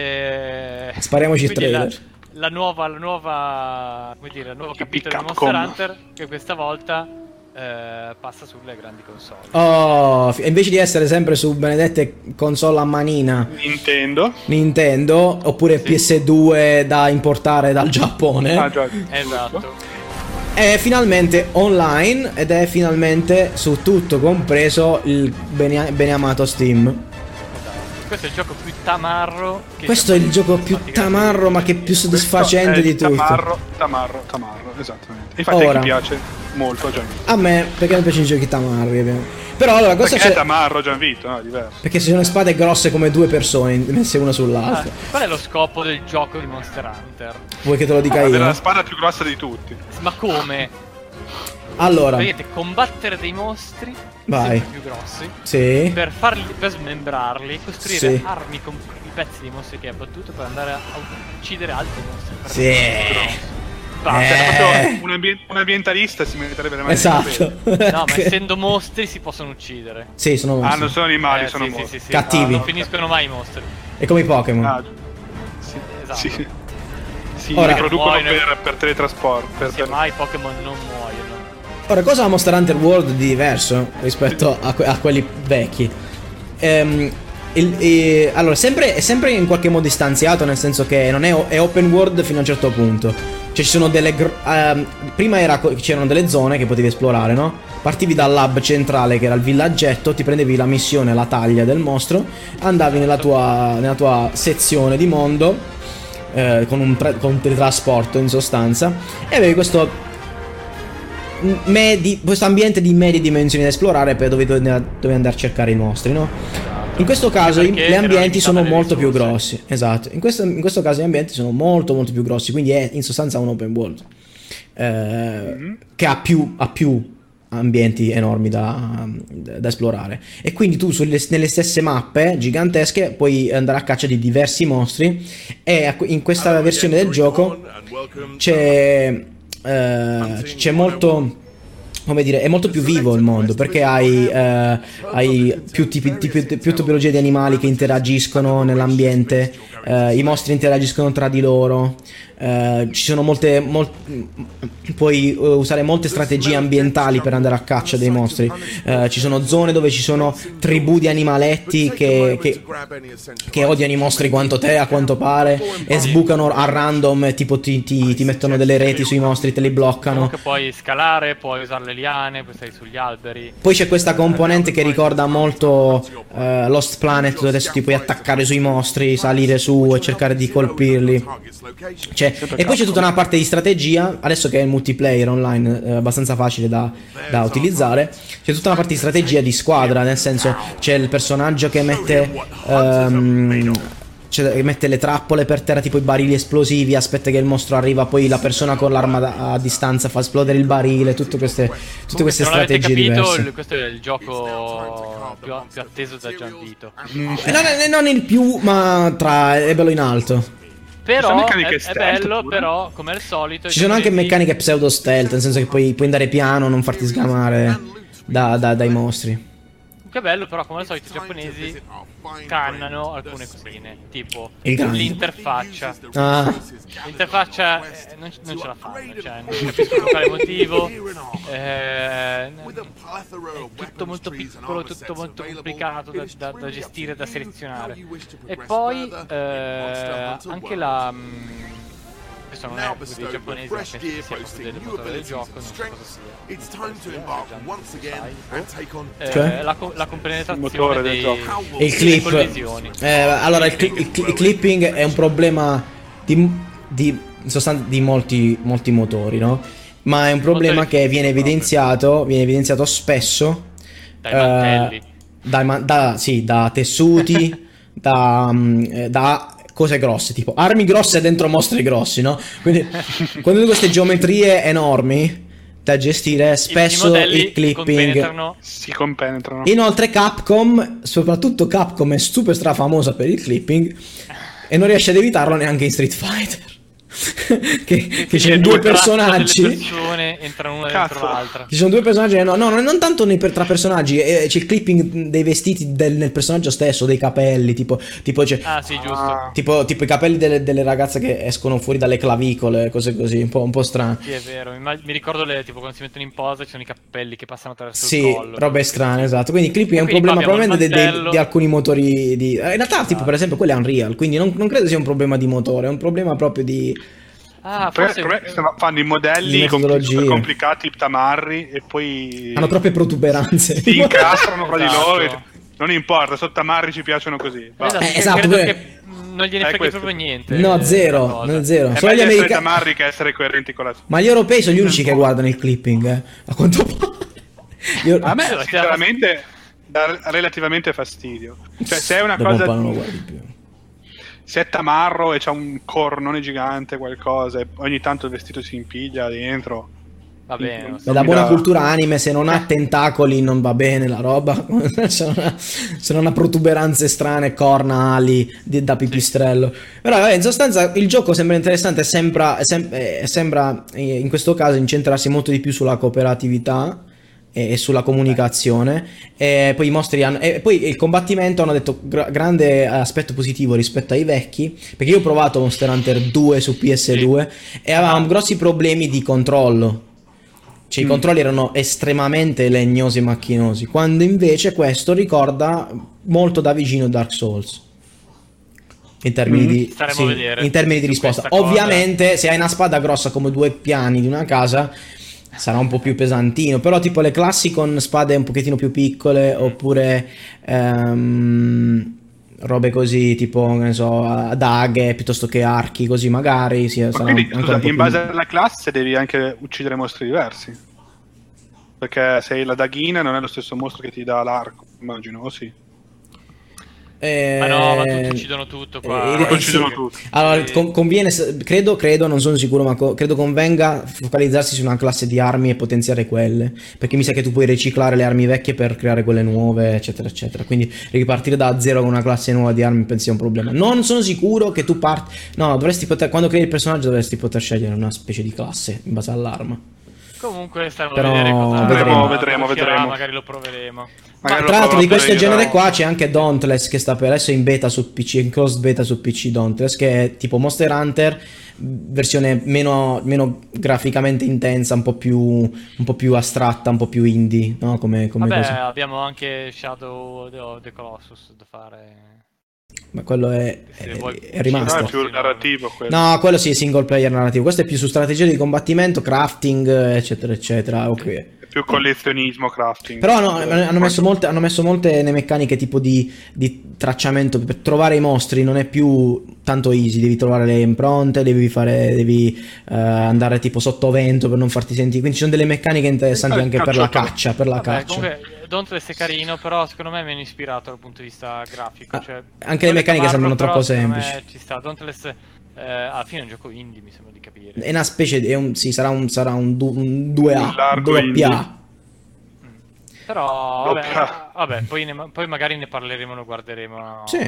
Eh, Spariamoci il quindi la, trailer. la nuova, la nuova, come dire, il nuovo I P capitolo di Capcom. Monster Hunter che questa volta eh, passa sulle grandi console. Oh, fi- invece di essere sempre su benedette console a manina Nintendo. Nintendo oppure P S due da importare dal Giappone, Ah, già. Esatto. è finalmente online ed è finalmente su tutto, compreso il bene, bene amato Steam. Questo è il gioco più tamarro che Questo è il gioco più Infatti, tamarro ma che più soddisfacente Questo è di il tutto. Tamarro, tamarro, tamarro, esattamente. Infatti Ora. mi piace molto Gianvito. A me, perché mi piacciono i giochi tamarri. ovviamente. Però allora, cosa Perché è c'è? tamarro Gianvito, no? È diverso. Perché ci sono spade grosse come due persone messe una Ah, sull'altra. qual è lo scopo del gioco di Monster Hunter? Vuoi che te lo dica Avere la io? spada più grossa di tutti. Ma come? Allora, Vedete, combattere dei mostri Vai. sempre più grossi sì. per farli, per smembrarli e costruire Sì. armi con i pezzi di mostri che hai abbattuto per andare a uccidere altri mostri. per Sì. renderli più grossi. Basta. Eh. Proprio un, ambien- un ambientalista si metterebbe le mani nei Esatto. capelli. No, ma essendo mostri si possono uccidere. Sì, sono Ah, mostri. non sono animali, Eh, sono sì, mostri. sì, sì, sì. Cattivi. Non finiscono mai i mostri. È come i Pokémon. Ah, sì, Esatto. sì. Si Ora- riproducono Muoiono. per, per teletrasporto. Per Sì, ma i Pokémon non muoiono. Ora, cosa ha Monster Hunter World di diverso rispetto a, que- a quelli vecchi? Ehm, il- e- allora, sempre, è sempre in qualche modo distanziato, nel senso che non è, o- è open world fino a un certo punto. Cioè ci sono delle... gr- ehm, prima era co- c'erano delle zone che potevi esplorare, no? Partivi dal lab centrale che era il villaggetto, ti prendevi la missione, la taglia del mostro, andavi nella tua, nella tua sezione di mondo, eh, con, un tra- con un teletrasporto in sostanza, e avevi questo... Medi, questo ambiente di medie dimensioni da esplorare per dove, dove, dove andare a cercare i mostri, no? In questo caso i- Perché gli erano ambienti sono limitate le molto più risorse. grossi. Esatto. In questo, in questo caso gli ambienti sono molto molto più grossi, quindi è in sostanza un open world. eh, Che ha più, ha più ambienti enormi da, da esplorare. E quindi tu sulle, nelle stesse mappe gigantesche puoi andare a caccia di diversi mostri. E a- in questa versione del gioco c'è, eh, c'è molto, come dire, è molto più vivo il mondo, perché hai, eh, hai più, tipi, tipi- più tipologie di animali che interagiscono nell'ambiente, eh, i mostri interagiscono tra di loro, eh, ci sono molte, mol- puoi eh, usare molte strategie ambientali per andare a caccia dei mostri. Eh, ci sono zone dove ci sono tribù di animaletti che, che, che odiano i mostri quanto te, a quanto pare, e sbucano a random, tipo ti, ti, ti mettono delle reti sui mostri, te li bloccano. Comunque puoi scalare, puoi usare le liane, puoi stare sugli alberi. Poi c'è questa componente che ricorda molto eh, Lost Planet, dove adesso ti puoi attaccare sui mostri, salire su e cercare di colpirli. Cioè, e poi c'è tutta una parte di strategia, adesso che è il multiplayer online eh, abbastanza facile da, da utilizzare, c'è tutta una parte di strategia di squadra, nel senso c'è il personaggio che mette... ehm, cioè, che mette le trappole per terra, tipo i barili esplosivi, aspetta che il mostro arriva, poi la persona con l'arma da- a distanza fa esplodere il barile, tutte queste, tutte queste Se non avete strategie capito, diverse. il- questo è il gioco più, più atteso da Gianvito. Eh, non, è- non il più, ma tra è bello in alto. Però meccaniche è, è stealth, bello, pure. però come al solito Ci sono anche giapponesi- meccaniche pseudo stealth, nel senso che puoi, puoi andare piano, non farti sgamare da- da- dai mostri. Che bello, però come al solito i giapponesi cannano alcune cosine, tipo Il grande. l'interfaccia. Ah, L'interfaccia eh, non, non ce la fanno, cioè non capisco per quale motivo. Eh, è tutto molto piccolo, tutto molto complicato da, da- da gestire, da selezionare. E poi eh, anche la... mh, questo non è dei giapponesi, ma penso che sia proprio del motore del gioco, non so cosa sia. Non so cosa sia, sai, boh. Eh, Cioè? la, co- la Il compenetrazione motore del dei, gioco. e il delle clip. collisioni. Eh, allora, il, cli- il cli- il clipping è un problema di, di, in sostanza, di molti, molti motori, no? Ma è un problema Motori che viene proprio. evidenziato, viene evidenziato spesso Dai eh, mantelli. dai ma- da, sì, da tessuti, da, mm, eh, da cose grosse, tipo armi grosse dentro mostri grossi, no? Quindi quando hai queste geometrie enormi da gestire, spesso I modelli il clipping. compenetrano. Si compenetrano. Inoltre Capcom, soprattutto Capcom, è super strafamosa per il clipping e non riesce ad evitarlo neanche in Street Fighter. che, che ci sono due il braccio delle personaggi. persone entrano una dentro Cazzo. l'altra. Ci sono due personaggi, no, no, non tanto nei per- tra personaggi, eh, c'è il clipping dei vestiti del, nel personaggio stesso, dei capelli, tipo, tipo, c'è, Ah, sì, giusto. Ah. tipo, tipo i capelli delle, delle ragazze che escono fuori dalle clavicole, cose così, un po', un po' strane. Sì, è vero. Mi, mi ricordo le, tipo quando si mettono in posa ci sono i cappelli che passano attraverso Sì, il collo. robe strane, esatto. Quindi il clipping è un Quindi qua problema abbiamo il probabilmente dei- dei- mantello. di alcuni motori di... eh, In realtà, tipo, per esempio, quello è Unreal, quindi non, non credo sia un problema di motore, è un problema proprio di... Ah, Poi- forse... poi stanno- fanno i modelli Di compli- metodologie. super complicati, tamarri, e poi Hanno troppe protuberanze. si incastrano fra di Esatto. loro. e- Non importa, sotto tamarri ci piacciono così. Va. Esatto, Eh, che esatto, credo pure- che non gliene Eh, frega questo. proprio niente. No, eh, zero, la cosa. no, zero. È Solo gli meglio essere americani... tamarri che essere coerenti con la... Ma gli europei sono gli unici che guardano il clipping, eh. A quanto pare. Io- A me Sì, sinceramente dà relativamente fastidio. Cioè, se è una Dopo un cosa... po' non lo guardi più. Se è tamarro e c'ha un cornone gigante, qualcosa, e ogni tanto il vestito si impiglia dentro... Va bene. Non lo so. Beh, da mi buona dà- cultura anime, se non ha tentacoli non va bene la roba. se, non ha, se non ha protuberanze strane, corna, ali di- da pipistrello. Però vabbè, in sostanza il gioco sembra interessante, sembra, sem- eh, sembra eh, in questo caso incentrarsi molto di più sulla cooperatività e e sulla comunicazione. E poi i mostri hanno, e poi il combattimento hanno detto gra- grande aspetto positivo rispetto ai vecchi, perché io ho provato Monster Hunter due su P S due e avevamo grossi problemi di controllo. Cioè i controlli erano estremamente legnosi e macchinosi, quando invece questo ricorda molto da vicino Dark Souls. In termini, Mm. di, Staremo sì, a vedere in termini di su risposta. questa cosa. Ovviamente, se hai una spada grossa come due piani di una casa, sarà un po' più pesantino. Però, tipo le classi con spade un pochettino più piccole, oppure ehm, robe così, tipo, che ne so, daghe piuttosto che archi, così magari. Sì, Ma sarà quindi, ancora scusa, un po' in più- base alla classe devi anche uccidere mostri diversi. Perché se hai la daghina non è lo stesso mostro che ti dà l'arco, immagino, o sì? Eh, Ma no, ma tutti uccidono tutto qua. eh, Tutti uccidono sì. tutti. Allora, Sì. con- conviene, credo, credo, non sono sicuro, ma co- credo convenga focalizzarsi su una classe di armi e potenziare quelle, perché mi sa che tu puoi riciclare le armi vecchie per creare quelle nuove, eccetera, eccetera. Quindi ripartire da zero con una classe nuova di armi penso sia un problema. Non sono sicuro che tu parti... No, dovresti poter, quando crei il personaggio dovresti poter scegliere una specie di classe in base all'arma. Comunque staremo Però a vedere cosa vedremo, vedremo, uscirà, vedremo. Magari lo proveremo. Magari lo Tra l'altro di provo questo io, genere no. qua c'è anche Dauntless che sta per adesso in beta su P C, in closed beta su P C Dauntless, che è tipo Monster Hunter, versione meno, meno graficamente intensa, un po' più un po' più astratta, un po' più indie, no? Come, come Vabbè, cosa. abbiamo anche Shadow of the Colossus da fare. Ma quello è, Se è, vuoi- è No, rimasto. è più narrativo quello. No, quello sì, è single player narrativo. Questo è più su strategia di combattimento, crafting, eccetera, eccetera. Ok. È più collezionismo, crafting. Però no, hanno messo molte, hanno messo molte ne meccaniche tipo di, di tracciamento per trovare i mostri, non è più tanto easy, devi trovare le impronte, devi fare, devi eh, andare tipo sotto vento per non farti sentire, quindi ci sono delle meccaniche interessanti Eh, anche per la cacciato. caccia, per la Vabbè, caccia. comunque Dauntless è carino, però secondo me è meno ispirato dal punto di vista grafico. Ah, Cioè, anche le vuole meccaniche cavarlo, sembrano però troppo secondo me semplici. Ci sta. Dauntless eh, alla fine è un gioco indie, mi sembra di capire. È una specie di, è un, sì, sarà un, sarà un, du- un due A, Un largo doppia indie. A. Però vabbè, Doppia. vabbè poi, ne- poi magari ne parleremo, lo guarderemo. Sì.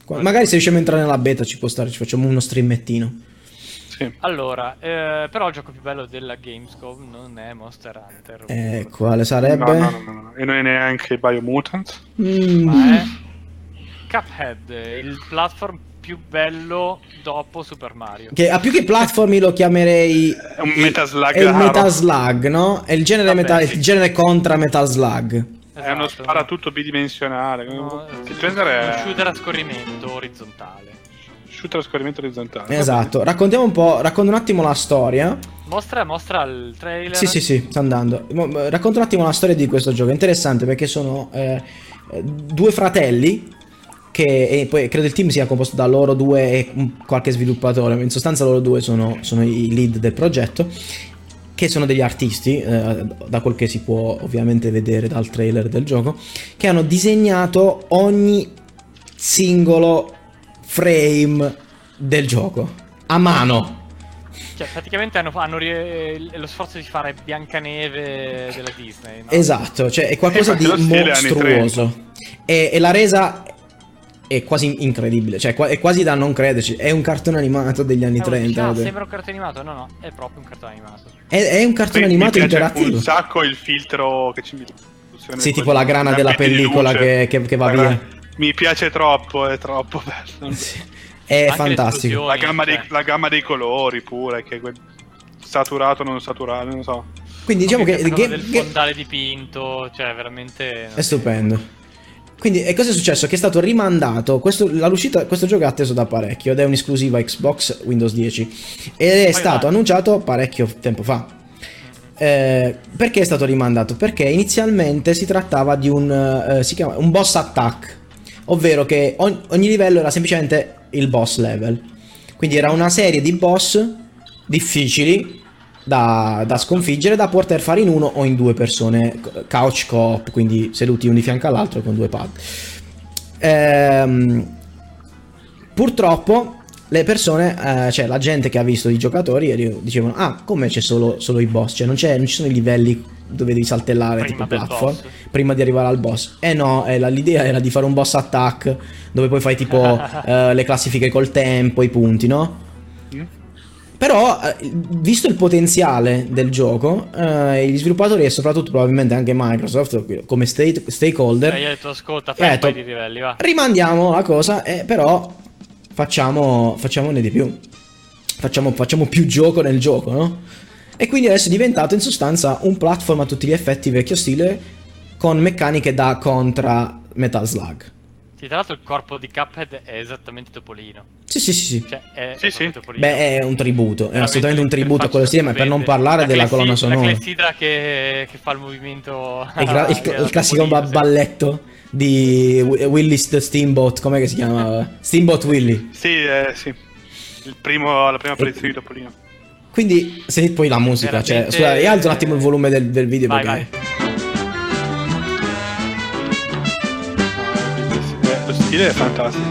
Magari se riusciamo a entrare nella beta ci può stare, ci facciamo uno streamettino. Sì. Allora, eh, però il gioco più bello della Gamescom non è Monster Hunter. Eh, quale sarebbe? No, no, no, no, no. E non è neanche Biomutant. Mm. Ma è Cuphead, il platform più bello dopo Super Mario. Che a più che platform io lo chiamerei È un il, Metaslug è il raro. Metaslug, no? È il genere, Vabbè, meta, sì. il genere contra Metaslug. È uno Esatto. sparatutto bidimensionale. No, Il eh, genere un è shooter a scorrimento orizzontale. shooter a scorrimento orizzontale. Esatto, raccontiamo un po', racconto un attimo la storia. Mostra, mostra il trailer. Sì, sì, sì, sta andando. Mo- Racconto un attimo la storia di questo gioco. È interessante perché sono eh, eh, due fratelli che e poi credo il team sia composto da loro due e un- qualche sviluppatore. In sostanza loro due sono, sono i lead del progetto, che sono degli artisti, eh, da quel che si può ovviamente vedere dal trailer del gioco, che hanno disegnato ogni singolo frame del gioco a mano. Cioè, praticamente hanno, hanno ri- lo sforzo di fare Biancaneve della Disney, no? Esatto, cioè è qualcosa Sì, di ma quello stile anni mostruoso. E, e la resa è quasi incredibile, cioè qua- è quasi da non crederci. È un cartone animato degli anni Eh, uno dice, trenta. "Ah, vabbè. sembra un cartone animato". No, no, è proprio un cartone animato. È, è un cartone Poi animato mi piace interattivo. un sacco il filtro che ci mi Sì, tipo la grana della pellicola che, che- che va via. Mi piace troppo, è troppo bello. Sì. È Anche fantastico. La gamma, dei, cioè. la gamma dei colori pure, che è quel saturato, non saturato, non so. Quindi diciamo che, Questa cosa che- del che- fondale dipinto, cioè veramente è stupendo. Quindi, e cosa è successo? Che è stato rimandato. Questo, l'uscita, questo gioco è atteso da parecchio ed è un'esclusiva Xbox Windows dieci. Ed è Poi stato va. annunciato parecchio tempo fa. Eh, perché è stato rimandato? Perché inizialmente si trattava di un, eh, si chiama, un boss attack, ovvero che ogni, ogni livello era semplicemente il boss level. Quindi era una serie di boss difficili da, da sconfiggere, da poter fare in uno o in due persone, couch co-op, quindi seduti uno di fianco all'altro con due pad. Ehm, purtroppo le persone, eh, cioè la gente che ha visto i giocatori eri- dicevano: ah, come c'è solo, solo i boss, cioè non, c'è, non ci sono i livelli dove devi saltellare Prima tipo del platform boss. prima di arrivare al boss. Eh no, eh, la- l'idea era di fare un boss attack dove poi fai tipo eh, le classifiche col tempo, i punti, no? Mm? Però, eh, visto il potenziale del gioco, eh, gli sviluppatori e soprattutto probabilmente anche Microsoft come state- stakeholder Cioè, io ho detto, ascolta, Eh, fai un detto, paio di livelli, va. rimandiamo la cosa, eh, però facciamo, facciamone di più. Facciamo, facciamo più gioco nel gioco, no? E quindi adesso è diventato in sostanza un platform a tutti gli effetti vecchio stile, con meccaniche da contra Metal Slug. Sì, tra l'altro il corpo di Cuphead è esattamente Topolino. Sì, sì, sì, sì. Cioè, è, Sì, è sì. proprio Topolino. Beh, è un tributo, è Veramente assolutamente un le tributo a facce quello stile, ma per non stupende. parlare La della clessi- colonna sonora. La clessidra che, che fa il movimento. Il, cla- il- che il è classico Topolino, ba- sì. balletto di Wi- Willis the Steamboat, com'è che si chiama? Steamboat Willy. Sì, eh, sì. Il primo, la prima apparizione di Topolino. Quindi, se poi la musica, cioè, Veramente- scusa, io alzo un attimo il volume del, del video Vai, perché... vai. Eh, lo stile è fantastico.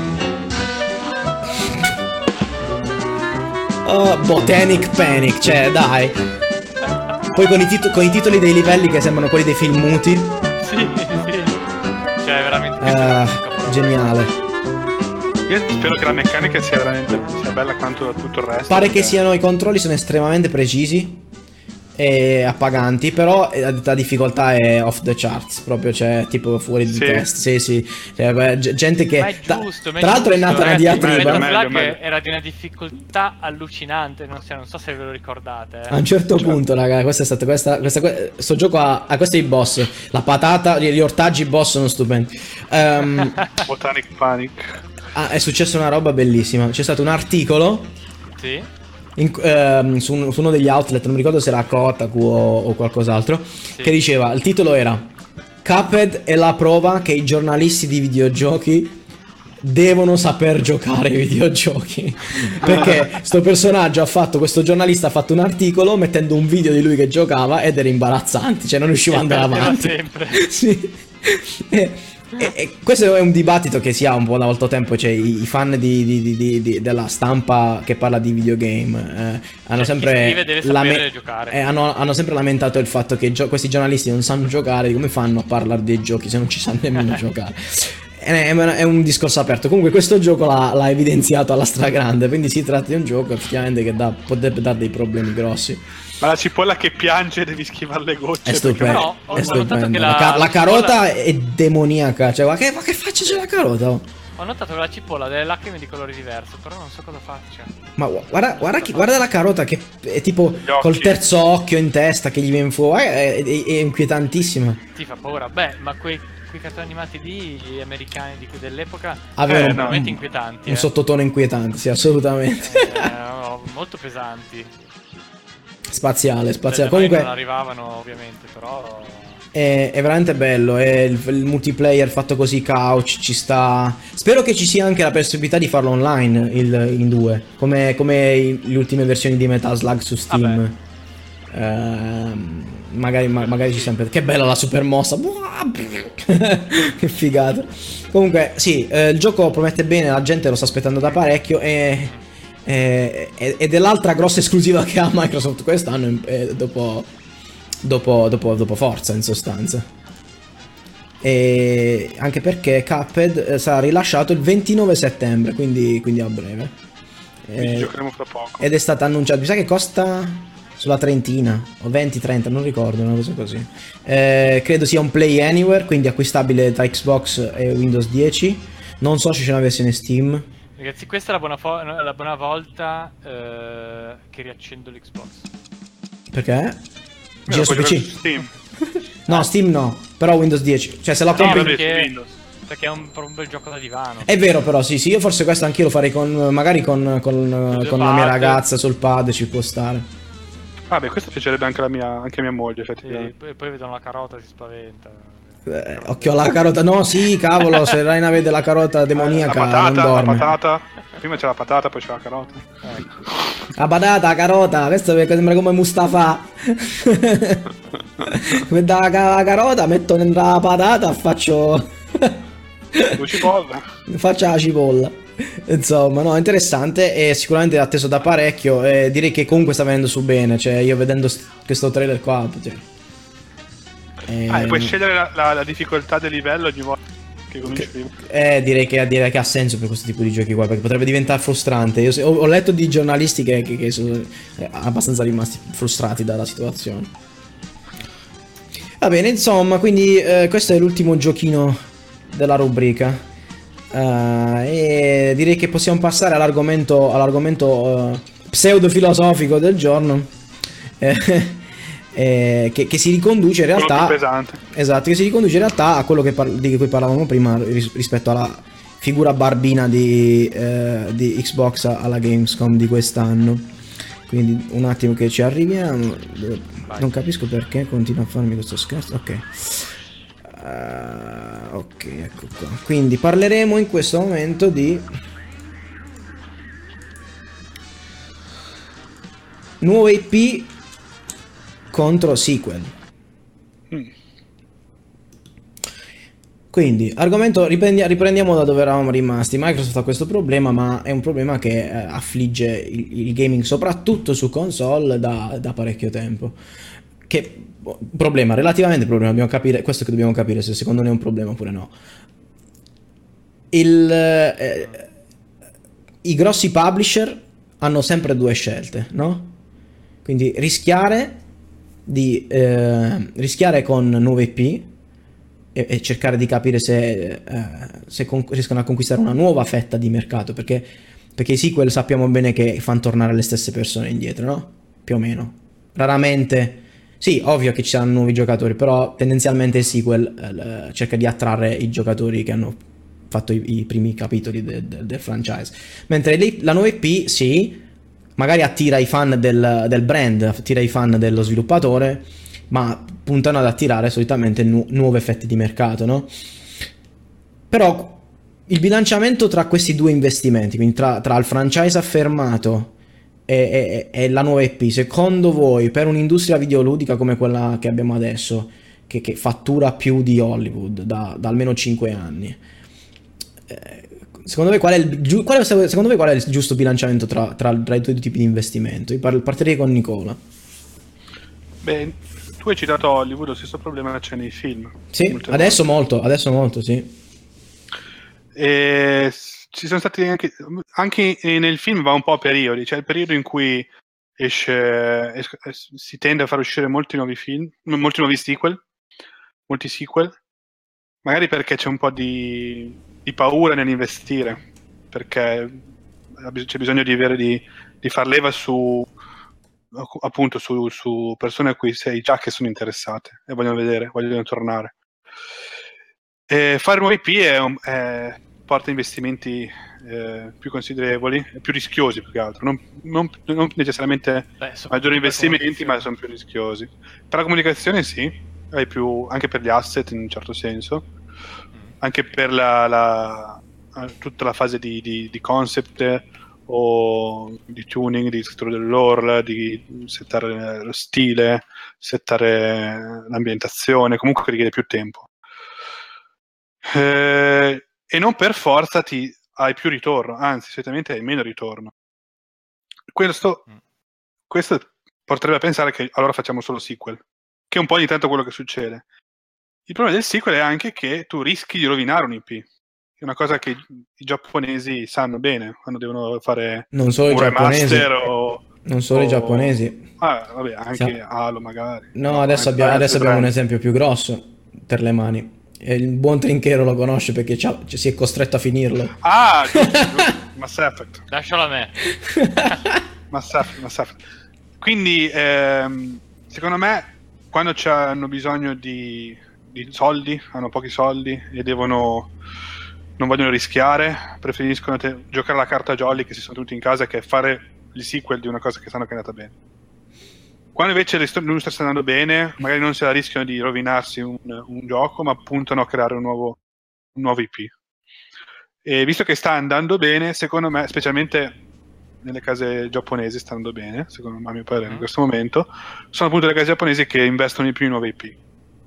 Oh, Botanic Panic, cioè, dai. Poi con i, tit- con i titoli dei livelli che sembrano quelli dei film muti. Sì, sì. Cioè, veramente. Eh, geniale. Io spero che la meccanica sia veramente sia bella quanto tutto il resto. Pare che perché- siano, i controlli sono estremamente precisi e appaganti, però eh, la difficoltà è off the charts, proprio, cioè tipo fuori di Sì. test. Sì, sì. Cioè, beh, g- gente che Ma è tra- giusto, ma tra l'altro è giusto, nata una ragazzi, diatriba. Metal Meglio, Slug meglio. era di una difficoltà allucinante, non so, non so se ve lo ricordate. eh. A un certo punto, raga, questa è stata questa, questa, que- sto gioco ha, ha questi boss. La patata, gli gli ortaggi boss sono stupendi. Ehm, Botanic Panic. ah, è successa una roba bellissima. C'è stato un articolo Sì. in- ehm, su, un- su uno degli outlet, non mi ricordo se era Kotaku o, o qualcos'altro, che diceva, il titolo era Cuphead è la prova che i giornalisti di videogiochi devono saper giocare ai videogiochi. Perché sto personaggio ha fatto, questo giornalista ha fatto un articolo mettendo un video di lui che giocava ed era imbarazzante, cioè non riusciva ad andare perdeva avanti. sempre. Sì. E, e- e questo è un dibattito che si ha un po' da molto tempo, cioè i, i fan di, di- di- di- di- della stampa che parla di videogame eh, hanno chi sempre scrive deve sapere giocare. eh, hanno, hanno sempre lamentato il fatto che gio- questi giornalisti non sanno giocare, come fanno a parlare dei giochi se non ci sanno nemmeno giocare? è, è un discorso aperto. Comunque questo gioco l'ha, l'ha evidenziato alla stragrande, quindi si tratta di un gioco effettivamente che dà, potrebbe dare dei problemi grossi. Ma la cipolla che piange devi schivare le gocce. È stupendo, no, ho è stupendo. la, La, ca- la la carota cipolla... è demoniaca, cioè ma che, ma che faccia c'è la carota? Oh? Ho notato che la cipolla ha delle lacrime di colori diversi, però non so cosa faccia. Ma guarda, guarda, chi, guarda la carota che è tipo col terzo occhio in testa che gli viene fuori, è, è, è inquietantissima. Ti fa paura. Beh, ma quei, quei cartoni animati lì, gli americani di, dell'epoca, avevano eh, veramente inquietanti. Un eh. sottotono inquietante, sì, assolutamente. Eh, no, molto pesanti. Spaziale, spaziale. Cioè, comunque non arrivavano ovviamente, però... È, è veramente bello, è il, il multiplayer fatto così couch, ci sta. Spero che ci sia anche la possibilità di farlo online il, in due, come, come le ultime versioni di Metal Slug su Steam. Uh, magari, ma, magari ci sempre. Che bella la super mossa. Che figata. Comunque, sì, eh, il gioco promette bene, la gente lo sta aspettando da parecchio. E, e, ed è l'altra grossa esclusiva che ha Microsoft quest'anno. Eh, dopo. Dopo, dopo, dopo Forza in sostanza. E anche perché Cuphead eh, sarà rilasciato il ventinove settembre, quindi, quindi a breve. Quindi eh, giocheremo fra poco. Ed è stato annunciato, mi sa che costa sulla trentina o venti trenta, non ricordo, una cosa così. Eh, credo sia un Play Anywhere, quindi acquistabile tra Xbox e Windows dieci. Non so se c'è una versione Steam. Ragazzi, questa è la buona, fo- la buona volta eh, che riaccendo l'Xbox. Perché? Gira su P C? Steam. No, Steam no, però Windows dieci. Cioè se la No, compri... perché, perché è un, un bel gioco da divano. È vero però, sì, sì, io forse questo anch'io lo farei con, magari con, con, con la mia ragazza sul pad, ci può stare. Vabbè, questo piacerebbe anche, la mia, anche a mia moglie, Sì, effettivamente. poi, poi vedono la carota e si spaventa. Eh, occhio alla carota, no, sì, cavolo, se Raina vede la carota demoniaca, la patata, non dorme. La patata, prima c'è la patata, poi c'è la carota. Ecco. La patata, la carota, questo perché sembra come Mustafa. Vedo la, la carota, metto dentro la patata, faccio... Due cipolla. Faccia la cipolla. Insomma, no, interessante e sicuramente atteso da parecchio e direi che comunque sta venendo su bene, cioè io vedendo st- questo trailer qua... Cioè, eh... Ah, e puoi scegliere la, la, la difficoltà del livello ogni volta che cominci prima. Eh, direi che, direi che ha senso per questo tipo di giochi qua, perché potrebbe diventare frustrante. Io ho, ho letto di giornalisti che, che, che sono eh, abbastanza rimasti frustrati dalla situazione. Va bene, insomma, quindi eh, questo è l'ultimo giochino della rubrica. Uh, e direi che possiamo passare all'argomento, all'argomento uh, pseudo-filosofico del giorno. Eh, Eh, che, che si riconduce in realtà esatto, che si riconduce in realtà a quello che par- di cui parlavamo prima ris- rispetto alla figura barbina di, eh, di Xbox alla Gamescom di quest'anno. Quindi un attimo che ci arriviamo. Non capisco perché continua a farmi questo scherzo. Ok, uh, ok, ecco qua. Quindi parleremo in questo momento di nuove I P contro sequel. Mm. Quindi, argomento, riprendiamo, riprendiamo da dove eravamo rimasti. Microsoft ha questo problema, ma è un problema che eh, affligge il, il gaming, soprattutto su console, da, da parecchio tempo. Che problema, relativamente problema, dobbiamo capire, questo che dobbiamo capire, se secondo noi è un problema oppure no. Il, eh, i grossi publisher hanno sempre due scelte, no? Quindi rischiare di eh, rischiare con nuove I P e, e cercare di capire se, eh, se con- riescono a conquistare una nuova fetta di mercato, perché, perché i sequel sappiamo bene che fanno tornare le stesse persone indietro, no? Più o meno. Raramente, sì, ovvio che ci saranno nuovi giocatori, però tendenzialmente il sequel eh, cerca di attrarre i giocatori che hanno fatto i, i primi capitoli del, del, del franchise, mentre le, la nuova I P, sì, magari attira i fan del, del brand, attira i fan dello sviluppatore, ma puntano ad attirare solitamente nu- nuove fette di mercato, no? Però il bilanciamento tra questi due investimenti, quindi tra, tra il franchise affermato e, e, e la nuova I P, secondo voi, per un'industria videoludica come quella che abbiamo adesso, che, che fattura più di Hollywood da, da almeno cinque anni, eh, secondo voi qual è il, qual è, secondo voi qual è il giusto bilanciamento tra, tra, tra i due tipi di investimento? Io par- partirei con Nicola. Beh, tu hai citato Hollywood, lo stesso problema c'è nei film. Sì, adesso molto, adesso molto, sì. E ci sono stati anche, anche nel film va un po' a periodi, c'è il periodo in cui esce, esce si tende a far uscire molti nuovi film, molti nuovi sequel, molti sequel, magari perché c'è un po' di, di paura nell'investire, perché c'è bisogno di avere di, di far leva su appunto su, su persone a cui sei già che sono interessate e vogliono vedere, vogliono tornare. E fare nuovi I P è, un, è, porta investimenti eh, più considerevoli e più rischiosi, più che altro, non, non, non necessariamente Beh, maggiori investimenti, ma sono più rischiosi. Per la comunicazione sì, hai più, anche per gli asset in un certo senso, mm. anche per la, la, tutta la fase di, di, di concept o di tuning, di scrittura del lore, di settare lo stile, settare l'ambientazione, comunque richiede più tempo. Eh, e non per forza ti hai più ritorno, anzi solitamente hai meno ritorno. Questo, mm. questo porterebbe a pensare che allora facciamo solo sequel, che è un po' ogni tanto quello che succede. Il problema del sequel è anche che tu rischi di rovinare un I P. È una cosa che i giapponesi sanno bene quando devono fare non solo un i giapponesi o, non solo o... i giapponesi ah, vabbè, anche Siamo... Halo magari no, no adesso, abbia, adesso abbiamo un esempio più grosso per le mani e il buon Trinchero lo conosce perché cioè, si è costretto a finirlo. Ah, giusto, giusto. Mass Effect lascialo a me. Mass Effect, Mass Effect. Quindi ehm, secondo me quando hanno bisogno di, di soldi, hanno pochi soldi e devono non vogliono rischiare, preferiscono te- giocare la carta jolly che si sono tutti in casa, che è fare il sequel di una cosa che sanno che è andata bene. Quando invece l'industria sta andando bene, magari non se la rischiano di rovinarsi un, un gioco, ma puntano a creare un nuovo, un nuovo I P. E visto che sta andando bene, secondo me, specialmente nelle case giapponesi sta andando bene, secondo me, a mio parere, in questo momento, sono appunto le case giapponesi che investono di più in nuovi I P.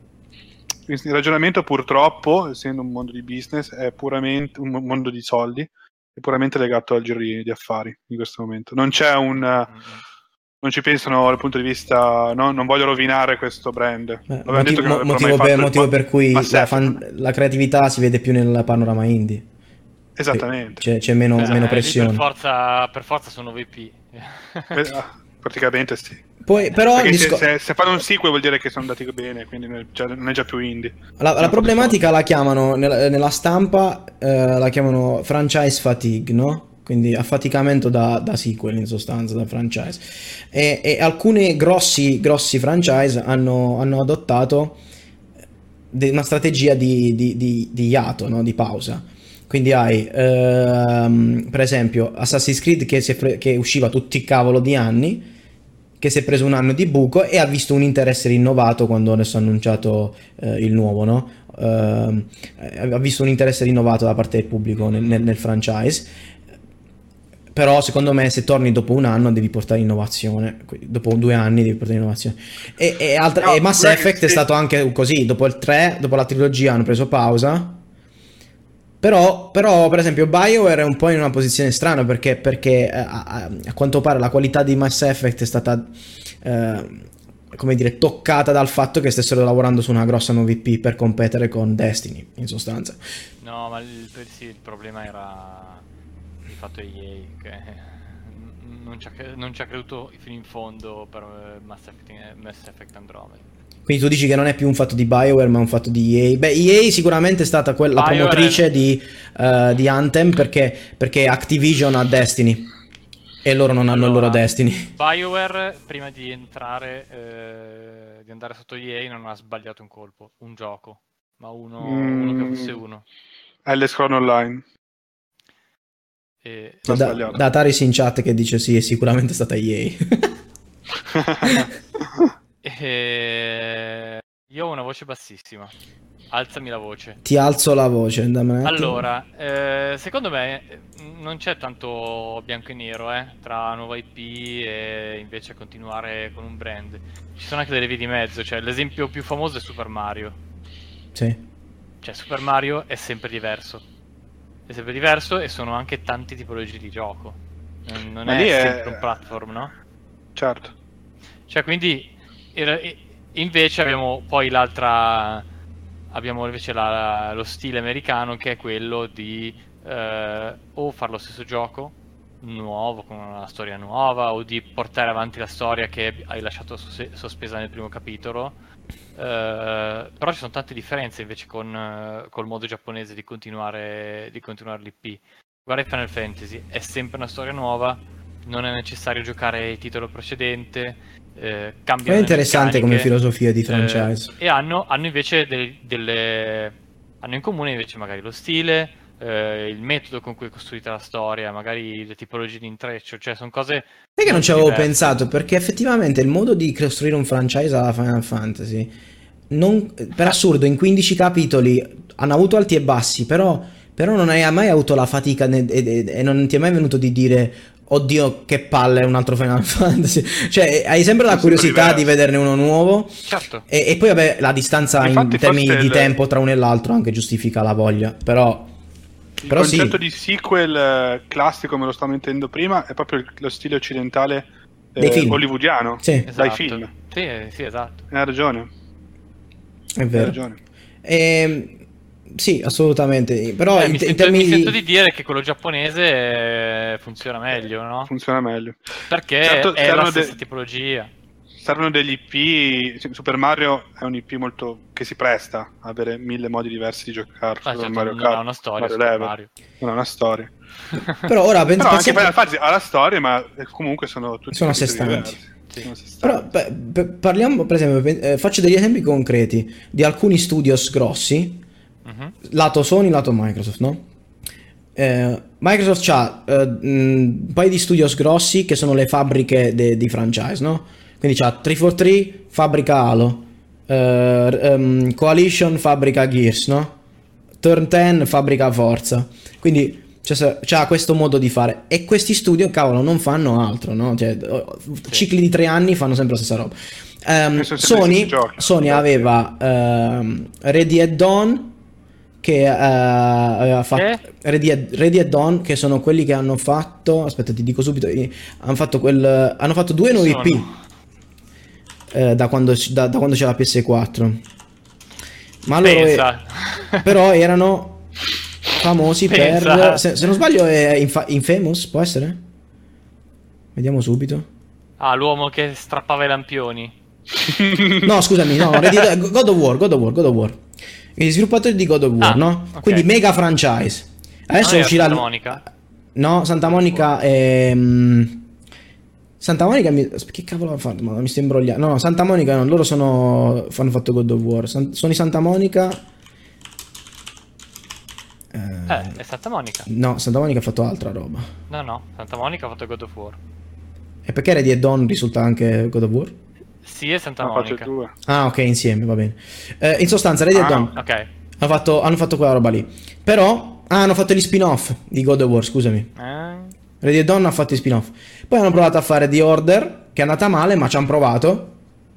Il ragionamento purtroppo, essendo un mondo di business, è puramente un mondo di soldi, è puramente legato al giro di, di affari in questo momento. Non c'è un... Mm-hmm. Non ci pensano dal punto di vista... No, non voglio rovinare questo brand. Beh, motivo, mo- motivo, per, motivo per cui la, fan, la creatività si vede più nel panorama indie. Esattamente. C'è, c'è meno, Beh, meno pressione. Per forza, per forza sono V P. Praticamente sì. Poi, però, disco... se, se, se fanno un sequel vuol dire che sono andati bene, quindi non è già più indie. La, la problematica la chiamano nella, nella stampa, eh, la chiamano franchise fatigue, no? Quindi affaticamento da, da sequel in sostanza, da franchise. E, e alcuni grossi, grossi franchise hanno, hanno adottato una strategia di, di, di, di hiato, no? Di pausa. Quindi hai, ehm, per esempio, Assassin's Creed che, si è, che usciva tutti i cavolo di anni, che si è preso un anno di buco e ha visto un interesse rinnovato quando adesso ha annunciato eh, il nuovo, no? Uh, ha visto un interesse rinnovato da parte del pubblico nel, nel, nel franchise. Però secondo me se torni dopo un anno devi portare innovazione, dopo due anni devi portare innovazione. E, e, altre, no, e Mass Effect è stato anche così, dopo il tre, dopo la trilogia hanno preso pausa. Però, però, per esempio, BioWare è un po' in una posizione strana perché, perché a, a, a quanto pare la qualità di Mass Effect è stata, eh, come dire, toccata dal fatto che stessero lavorando su una grossa nuova I P per competere con Destiny, in sostanza. No, ma il, sì, il problema era il fatto di E A, che non ci ha, non ci ha creduto fino in fondo per Mass Effect, Mass Effect Andromeda. Quindi tu dici che non è più un fatto di BioWare ma un fatto di E A. Beh, E A sicuramente è stata quella BioWare promotrice è... di, uh, di Anthem perché, perché Activision ha Destiny e loro non hanno allora, il loro Destiny. BioWare prima di entrare eh, di andare sotto E A non ha sbagliato un colpo, un gioco, ma uno, mm. uno che fosse uno. Elder Scrolls Online. E... Da, da Ataris in chat che dice sì, è sicuramente stata E A. E... Io ho una voce bassissima. Alzami la voce. Ti alzo la voce. Allora, eh, secondo me non c'è tanto bianco e nero eh, tra nuova I P e invece continuare con un brand. Ci sono anche delle vie di mezzo. Cioè, l'esempio più famoso è Super Mario. Sì. Cioè, Super Mario è sempre diverso. È sempre diverso e sono anche tanti tipologie di gioco. Non, non è, è sempre un platform, no? Certo. Cioè, quindi... Invece abbiamo poi l'altra abbiamo invece la, lo stile americano, che è quello di eh, o fare lo stesso gioco nuovo con una storia nuova, o di portare avanti la storia che hai lasciato sos- sospesa nel primo capitolo. Uh, però ci sono tante differenze invece con uh, col modo giapponese di continuare di continuare l'I P. Guarda Final Fantasy, è sempre una storia nuova, non è necessario giocare il titolo precedente, eh, cambiano È interessante le come meccaniche, filosofia di franchise. eh, e hanno, hanno invece del- delle hanno in comune invece magari lo stile, eh, il metodo con cui è costruita la storia, magari le tipologie di intreccio, cioè sono cose Sai che non molto ci avevo diverse. pensato, perché effettivamente il modo di costruire un franchise alla Final Fantasy, non- per assurdo, in quindici capitoli hanno avuto alti e bassi, però, però non hai mai avuto la fatica ne- e, e- e non ti è mai venuto di dire, oddio, che palle, è un altro Final Fantasy. Cioè, hai sempre la Sono curiosità sempre di vederne uno nuovo. Certo. E, e poi, vabbè, la distanza in Infatti, termini forse di il- tempo tra uno e l'altro anche giustifica la voglia, però... Il Però sì. concetto di sequel eh, classico, come lo stavo mettendo prima, è proprio il- lo stile occidentale eh, Dei film. hollywoodiano, Sì, Esatto. dai film. Sì, eh, sì, esatto. Hai ragione, è hai vero. ragione. Ehm, sì, assolutamente. Però Eh, in, mi, in sento, termini mi sento di... di dire che quello giapponese eh, funziona meglio, no? Funziona meglio. Perché Certo, è servono la stessa de- tipologia. Servono degli I P. Super Mario è un I P molto che si presta a avere mille modi diversi di giocare. Ah, Super certo, Mario non Kart, ha una storia, Mario Super Level. Mario. Non ha una storia. Però ora pens- Però anche pensiamo- Final Fantasy ha la storia, ma comunque sono tutti Sono a sé capitoli stanti. diversi. Sì. Sono a sé stanti. Però pe- pe- parliamo, per esempio, pe- eh, faccio degli esempi concreti di alcuni studios grossi, Mhm. lato Sony, lato Microsoft, no? Eh, Microsoft ha un paio di studios grossi che sono le fabbriche de- di franchise, no? Quindi c'ha trecentoquarantatré, fabbrica Halo, eh, ehm, Coalition, fabbrica Gears, no? Turn dieci, fabbrica Forza. Quindi c'è, c'ha questo modo di fare. E questi studio, cavolo, non fanno altro, no? Cioè, oh, cicli di tre anni fanno sempre la stessa roba. Ehm, E sono sempre gli Sony, stessi giochi. Sony aveva ehm, Ready at Dawn, che eh, aveva fatto Che? Ready at, Ready at Dawn, che sono quelli che hanno fatto, aspetta ti dico subito, eh, hanno fatto quel hanno fatto due nuovi Sono. I P eh, da, quando, da, da quando c'è la P S quattro, ma loro Pensa. però erano famosi Pensa. per, se, se non sbaglio è Infa- Infamous, può essere? Vediamo subito. Ah, l'uomo che strappava i lampioni. No, scusami, no, Ready at- God of War, God of War, God of War. Gli sviluppatori di God of War, Ah, no? ok. Quindi mega franchise. Adesso Non era uscirà Santa il- Monica? No, Santa Monica è mm, Santa Monica mi... che cavolo ha fatto? Ma mi sto imbrogliando. No, Santa Monica no, loro sono hanno fatto God of War. San... Sono i Santa Monica. Eh, Eh, è Santa Monica. No, Santa Monica ha fatto altra roba. No, no, Santa Monica ha fatto God of War. E perché Ready at Dawn risulta anche God of War? Sì, è Santa Ne ho fatto Monica. due. Ah, ok, insieme, va bene. Eh, in sostanza, Ready at Ah, Dawn Ok. hanno fatto, hanno fatto quella roba lì. Però ah, hanno fatto gli spin-off di God of War, scusami. Eh, Ready at Dawn ha fatto i spin-off. Poi hanno provato a fare The Order, che è andata male, ma ci hanno provato.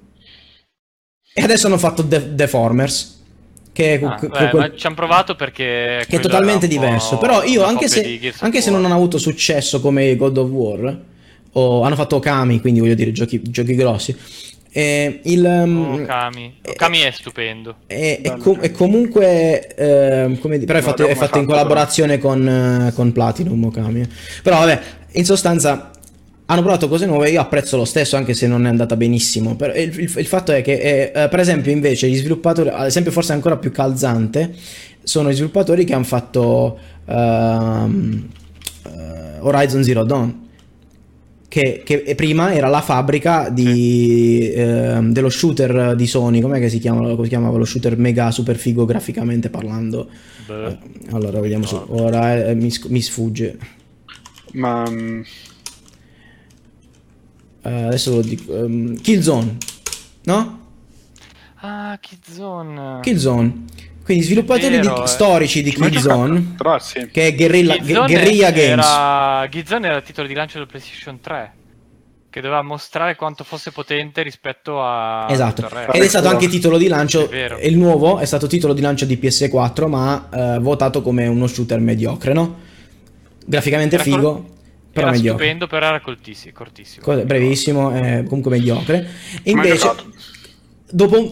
E adesso hanno fatto The Deformers, che è, ah, que- beh, quel- ma ci hanno provato perché che è quello totalmente era un po' diverso. Però io, una anche copia se, di Gears of anche se War. non hanno avuto successo come God of War, o hanno fatto Okami, quindi voglio dire giochi, giochi grossi. eh, il, um, Oh, Kami. eh, Kami è stupendo. E, e Bello, com- Okami. e comunque, ehm, come di- però è No, fatto, abbiamo è fatto in fatto, collaborazione con, eh, con Platinum Okami. Però vabbè, in sostanza hanno provato cose nuove, io apprezzo lo stesso anche se non è andata benissimo. Però il, il- il fatto è che, eh, eh, per esempio, invece gli sviluppatori, ad esempio forse ancora più calzante, sono i sviluppatori che hanno fatto ehm, eh, Horizon Zero Dawn. Che, che prima era la fabbrica di, ehm, dello shooter di Sony, com'è che si chiama, come si chiamava lo shooter mega super figo graficamente parlando? Beh. Eh, allora vediamo su, ora eh, mi, sc- mi sfugge. Ma mm, Eh, adesso ve lo dico. ehm, Killzone, no? Ah, Killzone. Killzone. Quindi sviluppatori vero, di- eh. storici di ci ho mai Killzone, giocato, però sì. che è Guerrilla, Killzone Guerrilla Games. era... Killzone era il titolo di lancio del PlayStation tre, che doveva mostrare quanto fosse potente rispetto a Esatto, tutto il resto. ed è stato anche titolo di lancio, È vero. il nuovo è stato titolo di lancio di P S quattro, ma eh, votato come uno shooter mediocre, no? Graficamente Era figo, cor- però Era mediocre. stupendo, però era cortissimo. cortissimo. Co- brevissimo, eh, comunque mediocre. E Mai invece, giocato. dopo un-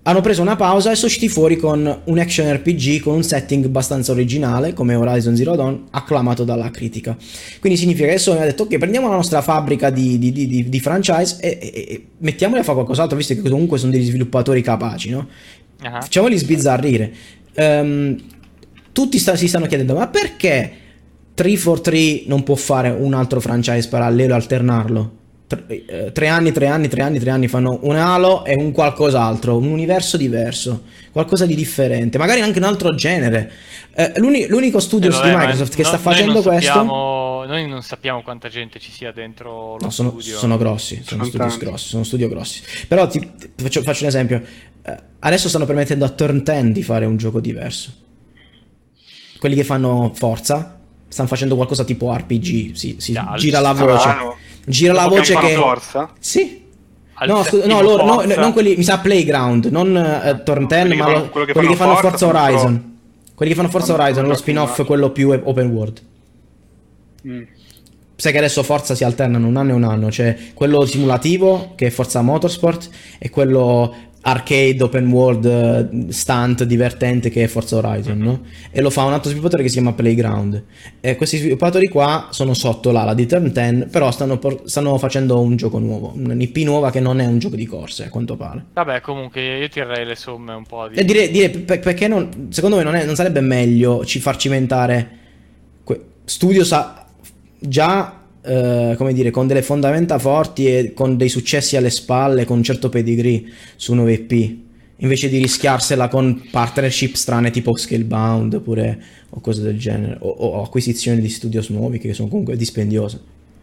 hanno preso una pausa e sono usciti fuori con un action R P G con un setting abbastanza originale come Horizon Zero Dawn, acclamato dalla critica. Quindi significa che Sony ha detto ok, prendiamo la nostra fabbrica di, di, di, di, di franchise e, e, e mettiamoli a fare qualcos'altro, visto che comunque sono degli sviluppatori capaci, no? Uh-huh. Facciamoli sbizzarrire. Um, tutti sta, si stanno chiedendo ma perché trequaquarto non può fare un altro franchise parallelo e alternarlo? Tre, eh, tre anni, tre anni, tre anni, tre anni fanno un Halo e un qualcos'altro, un universo diverso, qualcosa di differente, magari anche un altro genere. Eh, l'uni, l'unico studio eh, di Microsoft che no, sta facendo questo... Sappiamo, noi non sappiamo quanta gente ci sia dentro lo no, sono, studio. Sono grossi, sono studi grossi, sono studio grossi. Però ti, ti faccio, faccio un esempio. Eh, adesso stanno permettendo a Turn dieci di fare un gioco diverso. Quelli che fanno Forza stanno facendo qualcosa tipo R P G, sì, sì, yeah, gira la voce. Ah, Gira la voce che... Forza? Sì. No, stu- no, loro, no, non quelli, mi sa Playground, non uh, Turn dieci, quelli ma che lo, fanno, quelli che quelli che fanno Forza Horizon. Sono... Quelli che fanno Forza fanno Horizon, lo spin-off, quello più open world. Mm. Sai che adesso Forza si alternano un anno e un anno, c'è quello simulativo che è Forza Motorsport e quello arcade open world stunt divertente che è Forza Horizon, no? E lo fa un altro sviluppatore che si chiama Playground. E questi sviluppatori qua sono sotto l'ala di Turn dieci, però stanno, por- stanno facendo un gioco nuovo, un'I P nuova che non è un gioco di corse, a quanto pare. Vabbè, comunque io tirerei le somme un po' di... E dire, dire per- perché non, secondo me non, è, non sarebbe meglio ci far cimentare que- studio sa già Uh, come dire, con delle fondamenta forti e con dei successi alle spalle, con un certo pedigree su nuove I P, invece di rischiarsela con partnership strane tipo Scalebound oppure o cose del genere, o, o acquisizioni di studios nuovi che sono comunque dispendiose.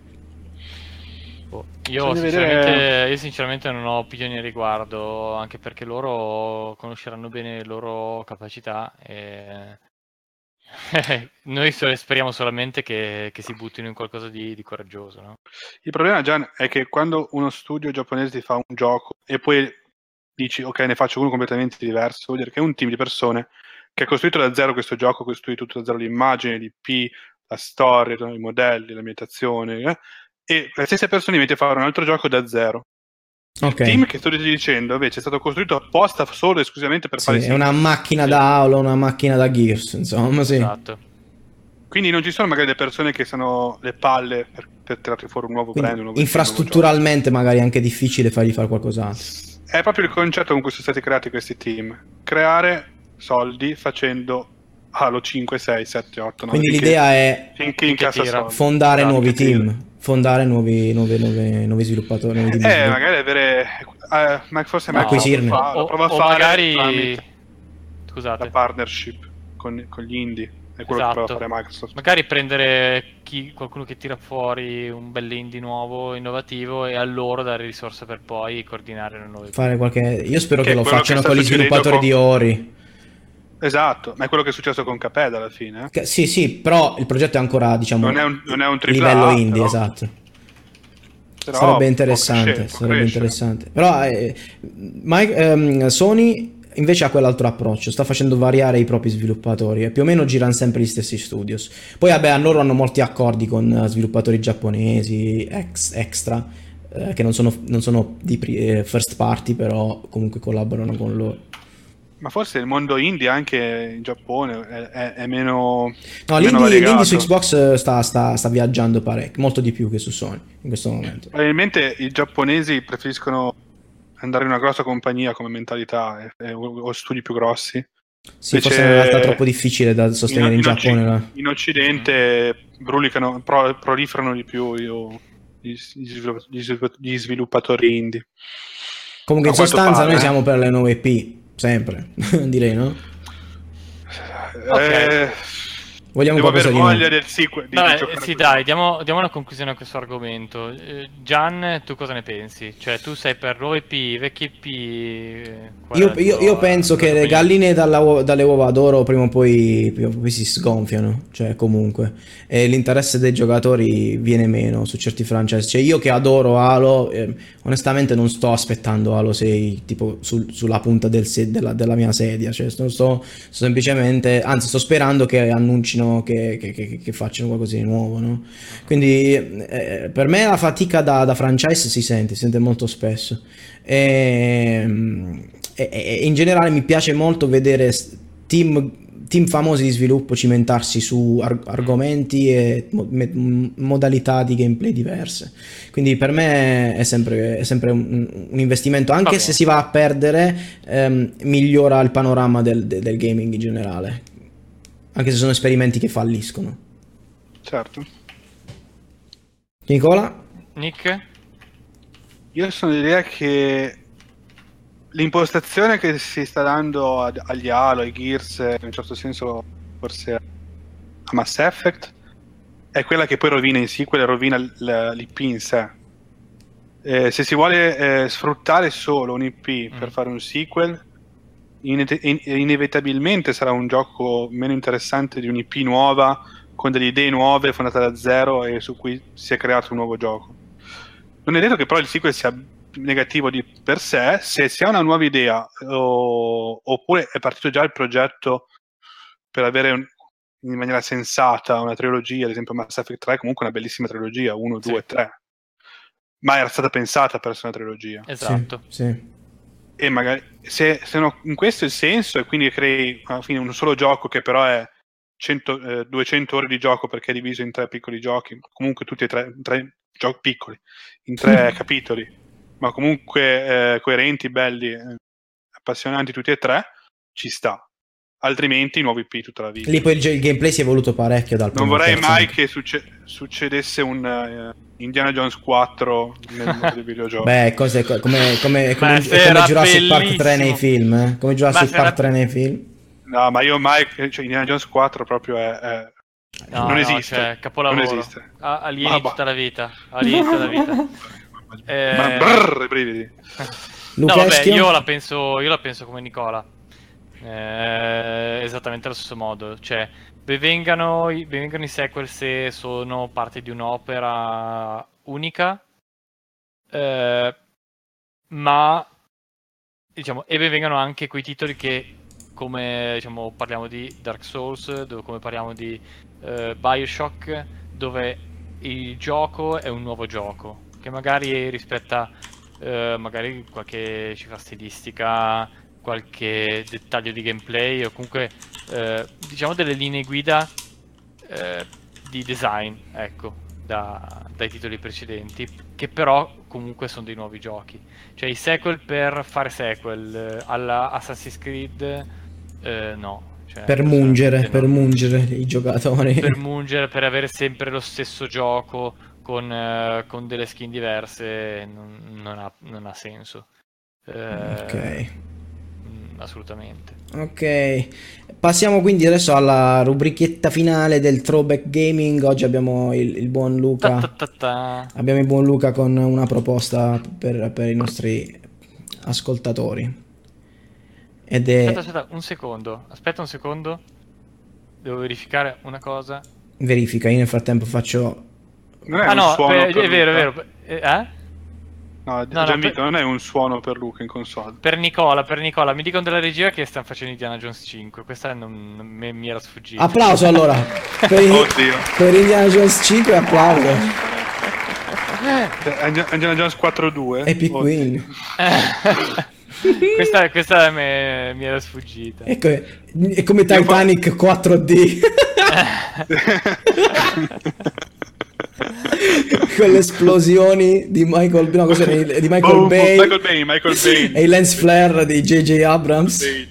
Io sinceramente, vedere... io sinceramente non ho opinioni al riguardo, anche perché loro conosceranno bene le loro capacità e... noi speriamo solamente che, che si buttino in qualcosa di, di coraggioso, no? Il problema, Gian, è che quando uno studio giapponese ti fa un gioco e poi dici ok, ne faccio uno completamente diverso, vuol dire che è un team di persone che ha costruito da zero questo gioco, ha costruito tutto da zero l'immagine, l'I P, la storia, i modelli, l'ambientazione, eh? E le stesse persone invece fare un altro gioco da zero. Okay. Il team che sto dicendo invece è stato costruito apposta solo e esclusivamente per sì, fare è una macchina sì. da Halo, una macchina da Gears, insomma, sì. Esatto. Quindi non ci sono magari le persone che sono le palle per, per tirare fuori un nuovo Quindi, brand, un nuovo infrastrutturalmente nuovo magari è anche difficile fargli fare qualcos'altro. È proprio il concetto con cui sono stati creati questi team: creare soldi facendo Halo cinque, sei, sette, otto, nove. Quindi l'idea è finché incassa soldi, fondare esatto, nuovi team, fondare nuovi, nuovi, nuovi, nuovi sviluppatori, nuovi team. Eh, magari avere eh, ma forse no, acquisirne. Fa, lo prova a o fare magari scusate la partnership con, con gli indie. È quello esatto. che prova a fare Microsoft. Magari prendere chi, qualcuno che tira fuori un bell'indie nuovo, innovativo, e a loro dare risorse per poi coordinare le nuove. Fare qualche... Io spero che, che lo facciano con gli sviluppatori con... di Ori. Esatto, ma è quello che è successo con Cuphead alla fine. Eh? Sì, sì, però il progetto è ancora, diciamo, non è un, non è un livello A, indie, però... esatto. Però sarebbe interessante, crescere, sarebbe interessante. Però eh, Mike, ehm, Sony invece ha quell'altro approccio, sta facendo variare i propri sviluppatori e più o meno girano sempre gli stessi studios. Poi vabbè, a loro hanno molti accordi con sviluppatori giapponesi, ex, extra, eh, che non sono, non sono di eh, first party, però comunque collaborano con loro. Ma forse il mondo indie anche in Giappone è, è, è meno. No, meno l'indie, l'indie su Xbox sta, sta, sta viaggiando parecchio, molto di più che su Sony in questo momento. Probabilmente i giapponesi preferiscono andare in una grossa compagnia come mentalità e, e, o studi più grossi. Sì, forse è in realtà troppo difficile da sostenere in, in, in Giappone. Occ- in Occidente brulicano, pro, proliferano di più io, gli, gli sviluppatori indie. Comunque in sostanza pare, noi eh? siamo per le nuove I P. Sempre, direi, no? Okay. Eh, Vogliamo devo qualcosa aver di voglia del sequel. Di Vabbè, sì, dai, diamo, diamo una conclusione a questo argomento. Eh, Gian, tu cosa ne pensi? Cioè, tu sei per nuove I P, vecchie I P? Io, io, io penso che le galline dalla, dalle uova d'oro prima o poi, prima o poi si sgonfiano, cioè comunque, e l'interesse dei giocatori viene meno su certi franchise. Cioè io che adoro Halo, eh, onestamente non sto aspettando Halo sei tipo sul, sulla punta del se- della, della mia sedia, cioè sto, sto, sto semplicemente, anzi sto sperando che annuncino Che, che, che, che facciano qualcosa di nuovo, no? Quindi eh, per me la fatica da, da franchise si sente, si sente molto spesso e, e, e in generale mi piace molto vedere team team famosi di sviluppo cimentarsi su arg- argomenti e mo- me- modalità di gameplay diverse, quindi per me è sempre, è sempre un, un investimento, anche se si va a perdere, ehm, migliora il panorama del, del, del gaming in generale, anche se sono esperimenti che falliscono. Certo. Nicola? Nick? Io sono dell'idea che l'impostazione che si sta dando ad- agli Halo, ai Gears, in un certo senso forse a Mass Effect, è quella che poi rovina in sequel e rovina l'I P in sé. Eh, se si vuole eh, sfruttare solo un I P Mm. per fare un sequel, in- in- inevitabilmente sarà un gioco meno interessante di un'I P nuova, con delle idee nuove, fondate da zero e su cui si è creato un nuovo gioco. Non è detto che però il sequel sia negativo di per sé, se si ha una nuova idea o, oppure è partito già il progetto per avere un, in maniera sensata una trilogia, ad esempio Mass Effect tre, comunque una bellissima trilogia, uno, Sì. due, tre, ma era stata pensata per essere una trilogia. Esatto. Sì, sì. E magari se, se no, in questo è il senso, e quindi crei alla fine un solo gioco che però è cento, eh, duecento ore di gioco perché è diviso in tre piccoli giochi, comunque tutti e tre, tre giochi piccoli, in tre capitoli, ma comunque eh, coerenti, belli, eh, appassionanti tutti e tre, ci sta. Altrimenti nuovi I P tutta la vita. Lì poi il, il gameplay si è evoluto parecchio dal Non primo al vorrei terzo mai anche. che succe- succedesse un uh, Indiana Jones quattro nel mondo dei videogiochi. Beh, cose co- come, come, come, Ma è se come era Jurassic Park bellissimo. tre nei film, eh? Come Jurassic se Park era- tre nei film. No, ma io mai, cioè Indiana Jones quattro proprio è, è- No, non no, esiste, cioè, capolavoro. non esiste. A- alieni Ma bah. tutta la vita. Alieni tutta la vita. Eh, Ma brrr, i brividi. No, vabbè, Lucheschio? io la penso, io la penso come Nicola. Eh, esattamente allo stesso modo. Cioè, ben vengano, i- ben vengano i sequel se sono parte di un'opera unica. eh, ma diciamo, e ben vengano anche quei titoli che, come diciamo, parliamo di Dark Souls, dove come parliamo di eh, BioShock, dove il gioco è un nuovo gioco, che magari rispetta eh, magari qualche cifra stilistica, qualche dettaglio di gameplay o comunque eh, diciamo delle linee guida eh, di design, ecco, da- dai titoli precedenti, che però comunque sono dei nuovi giochi. Cioè i sequel per fare sequel eh, alla Assassin's Creed, eh, no. Cioè, Per mungere, personalmente per no. mungere i giocatori. Per mungere, per avere sempre lo stesso gioco con, eh, con delle skin diverse, non, non ha, non ha senso. Eh, Ok. mm, assolutamente. Ok, passiamo quindi adesso alla rubrichetta finale del Throwback Gaming. Oggi abbiamo il, il buon Ta Luca. ta ta ta. Abbiamo il buon Luca con una proposta per, per i nostri ascoltatori. Ed è Aspetta, aspetta, un secondo. Aspetta un secondo. Devo verificare una cosa. verifica. Io nel frattempo faccio. Non è Ah un no, suono per- per è vero, è Luca? vero. Eh? eh? No, No, no, Gianvito, per- non è un suono per Luca in console. Per Nicola, per Nicola, mi dicono della regia che stanno facendo Indiana Jones cinque. Questa non, non- mi, mi era sfuggita. Applauso allora per, Oddio. per Indiana Jones cinque. Applauso. Eh, Indi- Indiana Jones quattro due. Epic Oddio. Win. questa questa me- mi era sfuggita. Ecco, è, è come Titanic quattro D. Con le esplosioni di Michael, no, cos'era? di Michael Boom, Bay, Michael Bay, Michael Bay. e i lens flare di J J Abrams. Bay.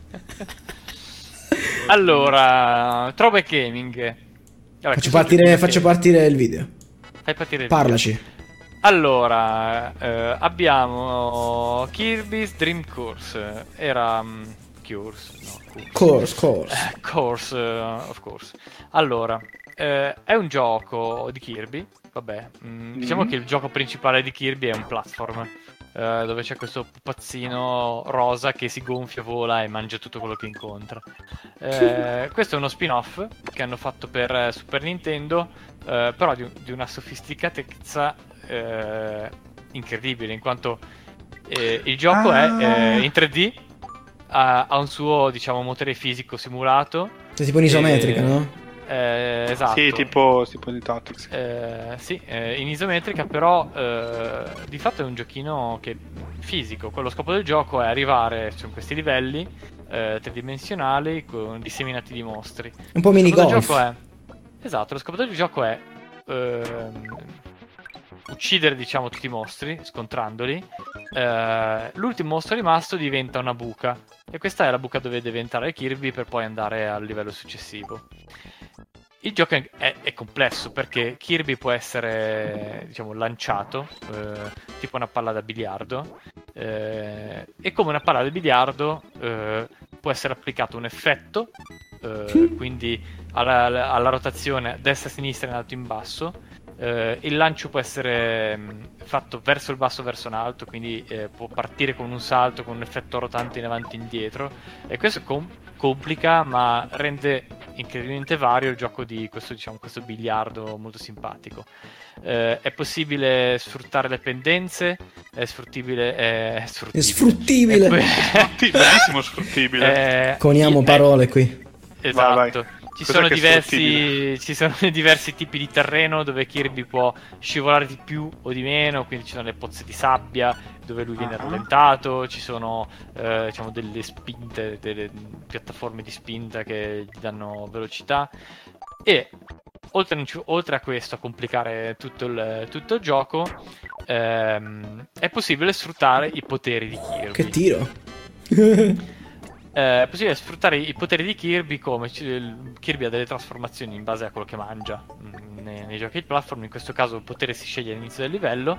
Allora, Throwback Gaming. Vabbè, Faccio questo partire, gioco faccio che- partire il video. Fai partire il Parlaci. video. Allora, eh, abbiamo Kirby's Dream Course. Era mm, Course, no, Course. Course, course. Eh, Course, eh, of course. Allora, eh, è un gioco di Kirby. Vabbè, mm, diciamo Mhm. che il gioco principale di Kirby è un platform. eh, dove c'è questo pupazzino rosa che si gonfia, vola e mangia tutto quello che incontra. Eh, questo è uno spin-off che hanno fatto per eh, Super Nintendo, eh, però di, di una sofisticatezza eh, incredibile, in quanto eh, il gioco Ah. è eh, in tre D, ha, ha un suo, diciamo, motore fisico simulato. Sei tipo un'isometrica, e- no? Eh, esatto. Sì, tipo, tipo di Tactics. Eh, sì, eh, in isometrica, però eh, di fatto è un giochino che fisico. Quello scopo del gioco è arrivare su questi livelli eh, tridimensionali con disseminati di mostri. Un po' minigolf. È... Esatto, lo scopo del gioco è ehm, uccidere, diciamo, tutti i mostri, scontrandoli. Eh, l'ultimo mostro rimasto diventa una buca. E questa è la buca dove deve entrare Kirby per poi andare al livello successivo. Il gioco è, è, è complesso perché Kirby può essere, diciamo, lanciato eh, tipo una palla da biliardo eh, e come una palla da biliardo eh, può essere applicato un effetto eh, quindi alla, alla rotazione a destra, a sinistra, in alto, in basso. Eh, il lancio può essere mh, fatto verso il basso, verso in alto, quindi eh, può partire con un salto, con un effetto rotante in avanti e indietro, e questo com- complica ma rende incredibilmente vario il gioco di questo, diciamo, questo biliardo molto simpatico. Eh, è possibile sfruttare le pendenze, è sfruttibile, è sfruttibile, è sfruttibile. È que- Bellissimo sfruttibile. Eh, Coniamo eh, parole qui. Esatto. Vai, vai. Ci Cos'è sono, che è diversi, ci sono diversi tipi di terreno dove Kirby può scivolare di più o di meno, quindi ci sono le pozze di sabbia dove lui viene uh-huh. rallentato, ci sono eh, diciamo delle spinte, delle piattaforme di spinta che gli danno velocità, e oltre, oltre a questo, a complicare tutto il, tutto il gioco, ehm, è possibile sfruttare i poteri di Kirby. Che tiro! Eh, è possibile sfruttare i poteri di Kirby, come Kirby ha delle trasformazioni in base a quello che mangia mh, nei, nei giochi di platform. In questo caso il potere si sceglie all'inizio del livello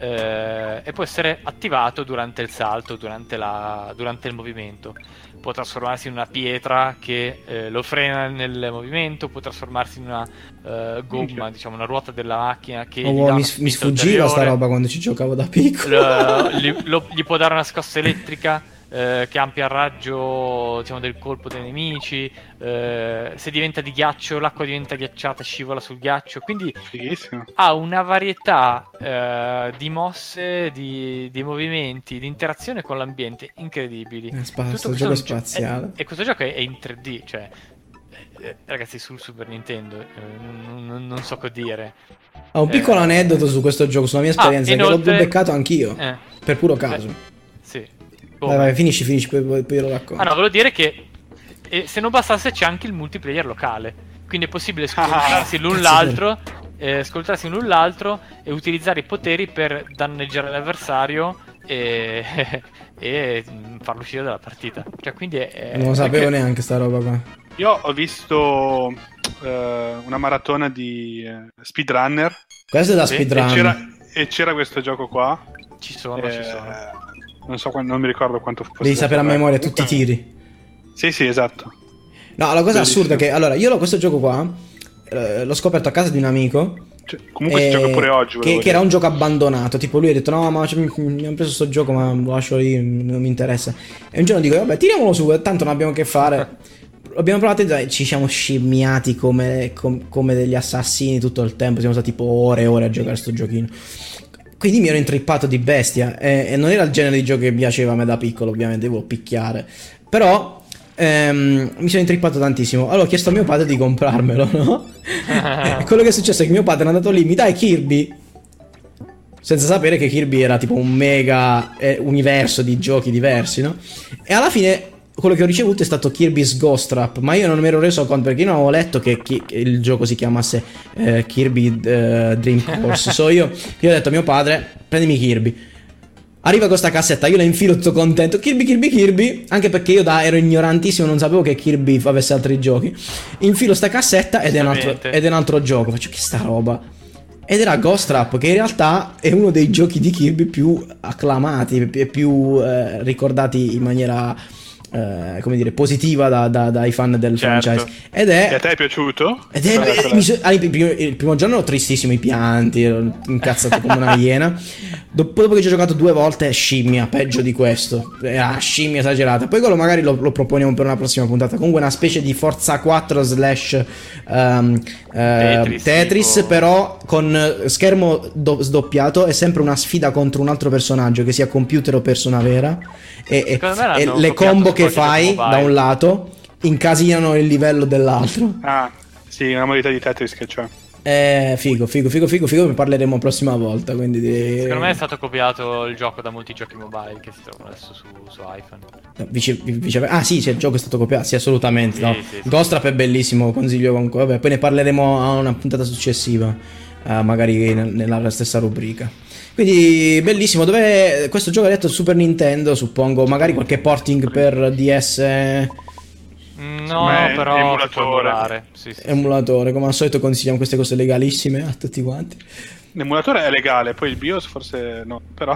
eh, e può essere attivato durante il salto, durante, la, durante il movimento. Può trasformarsi in una pietra che eh, lo frena nel movimento, può trasformarsi in una uh, gomma, okay. diciamo una ruota della macchina che oh, gli, dà mi, mi sfuggiva sta roba quando ci giocavo da piccolo. Lo, gli, lo, gli può dare una scossa elettrica Eh, che amplia il raggio, diciamo, del colpo dei nemici. Eh, se diventa di ghiaccio, l'acqua diventa ghiacciata e scivola sul ghiaccio. Quindi Fighissimo. ha una varietà eh, di mosse, di, di movimenti, di interazione con l'ambiente incredibili. È spazio, gioco spaziale. È, e questo gioco è, è in tre D, cioè eh, ragazzi, sul Super Nintendo eh, non, non, non so che dire. Ho un piccolo eh, aneddoto su questo gioco, sulla mia esperienza, ah, inoltre, che l'ho beccato anch'io eh, per puro caso. Eh, sì. Vai, vai, finisci, finisci, poi, poi, poi lo racconto. Ah no, volevo dire che eh, se non bastasse c'è anche il multiplayer locale, quindi è possibile scontrarsi ah, l'un l'altro, eh, scontrarsi l'un l'altro e utilizzare i poteri per danneggiare l'avversario e, e farlo uscire dalla partita. Cioè, quindi è, non lo sapevo perché... neanche sta roba qua. Io ho visto eh, una maratona di eh, speedrunner. Questo è da sì, speedrunner. E c'era, e c'era questo gioco qua. Ci sono, eh, ci sono. Non so, non mi ricordo quanto fosse. Devi sapere a memoria tutti i tiri. Sì, sì, esatto. No, la cosa assurda è che allora io questo gioco qua eh, l'ho scoperto a casa di un amico. Cioè, comunque si gioca pure oggi. Che, che era un gioco abbandonato. Tipo lui ha detto: no, ma mi, mi hanno preso sto gioco, ma lo lascio lì, non mi interessa. E un giorno dico: vabbè, tiriamolo su, tanto non abbiamo che fare. Abbiamo provato e ci siamo scimmiati come, com, come degli assassini tutto il tempo. Siamo stati tipo ore e ore a giocare a sto giochino. Quindi mi ero intrippato di bestia e, e non era il genere di gioco che piaceva a me da piccolo, ovviamente, devo picchiare. Però ehm, mi sono intrippato tantissimo. Allora ho chiesto a mio padre di comprarmelo, no? E quello che è successo è che mio padre è andato lì, mi dai Kirby? Senza sapere che Kirby era tipo un mega eh, universo di giochi diversi, no? E alla fine quello che ho ricevuto è stato Kirby's Ghost Trap, ma io non mi ero reso conto perché io non avevo letto che, che il gioco si chiamasse eh, Kirby eh, Dream Course. So io, io ho detto a mio padre: prendimi Kirby. Arriva questa cassetta, io la infilo tutto contento, Kirby, Kirby, Kirby, anche perché io da ero ignorantissimo, non sapevo che Kirby avesse altri giochi. Infilo sta cassetta ed è, un altro, ed è un altro gioco, faccio che sta roba. Ed era Ghost Trap, che in realtà è uno dei giochi di Kirby più acclamati e più eh, ricordati in maniera... Uh, come dire, positiva da, da, dai fan del certo. franchise. Ed è. E a te è piaciuto? Ed è. è mi so, il, primo, il primo giorno ero tristissimo, i pianti, ero incazzato come una iena. Dopo, dopo che ci ho giocato due volte, scimmia, peggio di questo. Ah, scimmia esagerata. Poi quello magari lo, lo proponiamo per una prossima puntata. Comunque, una specie di Forza quattro slash um, uh, Tetris, Tetris tipo... però con schermo do, sdoppiato. È sempre una sfida contro un altro personaggio, che sia computer o persona vera. E, e, e le combo che fai da un lato incasinano il livello dell'altro. Ah, Sì, una modalità di Tetris che c'è. Eh, figo, figo, figo, figo, figo, ne parleremo la prossima volta, quindi di... Secondo me è stato copiato il gioco da molti giochi mobile che si trovano adesso su, su iPhone. Vice, vice, ah sì, sì, il gioco è stato copiato, sì, assolutamente. Sì, no. Sì, sì. Ghost Trap è bellissimo, consiglio comunque. Vabbè, poi ne parleremo a una puntata successiva, uh, magari nella stessa rubrica. Quindi bellissimo. Dov'è questo gioco? Hai detto Super Nintendo, suppongo, magari qualche porting per D S. No, Beh, però emulatore. Sì, sì, emulatore, come al solito consigliamo queste cose legalissime a tutti quanti. L'emulatore è legale, poi il BIOS forse no, però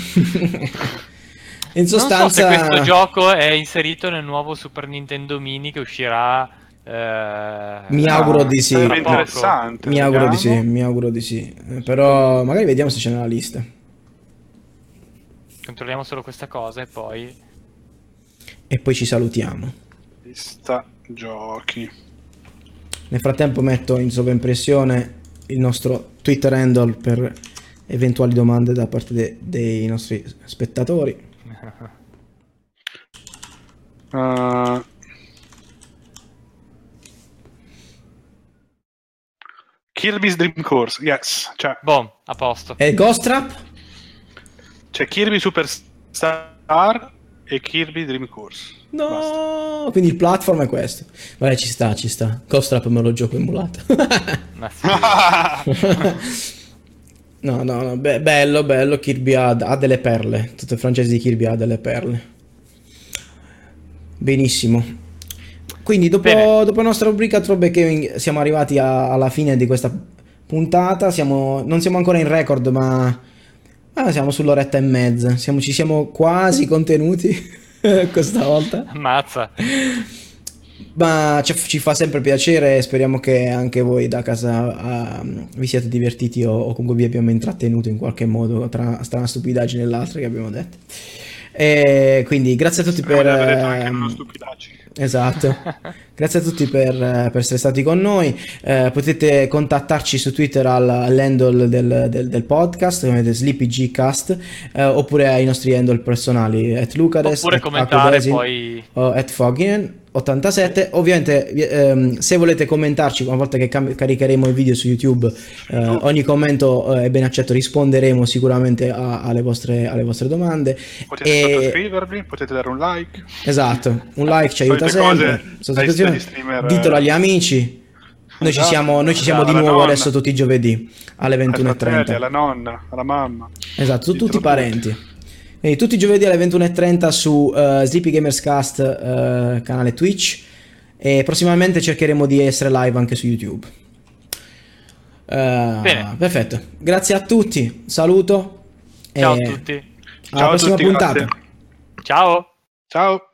in sostanza non so se questo gioco è inserito nel nuovo Super Nintendo Mini che uscirà. Eh... Mi auguro no, di sì. Sarebbe interessante. Mi auguro di sì, mi auguro di sì. Però magari vediamo se c'è nella lista. Controlliamo solo questa cosa e poi. E poi ci salutiamo. Lista giochi. Nel frattempo metto in sovraimpressione il nostro Twitter handle per eventuali domande da parte de- dei nostri spettatori. uh, Kirby's Dream Course, yes. Cioè, boh, a posto. E Ghost Trap? C'è Kirby Superstar e Kirby Dream Course. No, basta. Quindi il platform è questo. Vabbè, ci sta, ci sta. Ghost Trap me lo gioco emulato. Ma sì. No, no, no, be- bello, bello. Kirby ha, ha delle perle. Tutto il francese di Kirby ha delle perle. Benissimo. Quindi dopo, dopo la nostra rubrica Throwback Gaming siamo arrivati a, alla fine di questa puntata. Siamo, non siamo ancora in record, ma ah, siamo sull'oretta e mezza. Siamo, ci siamo quasi contenuti questa volta. Ammazza. Ma ci, ci fa sempre piacere. Speriamo che anche voi da casa uh, vi siate divertiti o, o comunque vi abbiamo intrattenuto in qualche modo tra, tra una stupidaggine e l'altra che abbiamo detto. E quindi grazie a tutti Speriamo per di aver detto anche una stupidaggine. Esatto, grazie a tutti per, per essere stati con noi. Eh, potete contattarci su Twitter al, all'handle del, del, del podcast come SleepyGcast, eh, oppure ai nostri handle personali at Lucades, oppure at commentare Akudesin, poi o at Foginen ottantasette. Ovviamente ehm, se volete commentarci una volta che cam- caricheremo il video su YouTube, eh, ogni commento eh, è ben accetto, risponderemo sicuramente a- alle, vostre, alle vostre domande. Potete e... sottoscrivervi, potete dare un like. Esatto, un like ci aiuta sempre. Ditelo agli amici. Noi ci siamo, noi ci siamo di nuovo nonna. Adesso tutti i giovedì alle ventuno e trenta. Alla nonna, alla mamma. Esatto, su tutti i parenti. Quindi tutti i giovedì alle ventuno e trenta su uh, Sleepy Gamers Cast, uh, canale Twitch, e prossimamente cercheremo di essere live anche su YouTube. Uh, Bene. Perfetto. Grazie a tutti. Saluto. Ciao e a tutti. Alla Ciao prossima a tutti, puntata. grazie. Ciao. Ciao.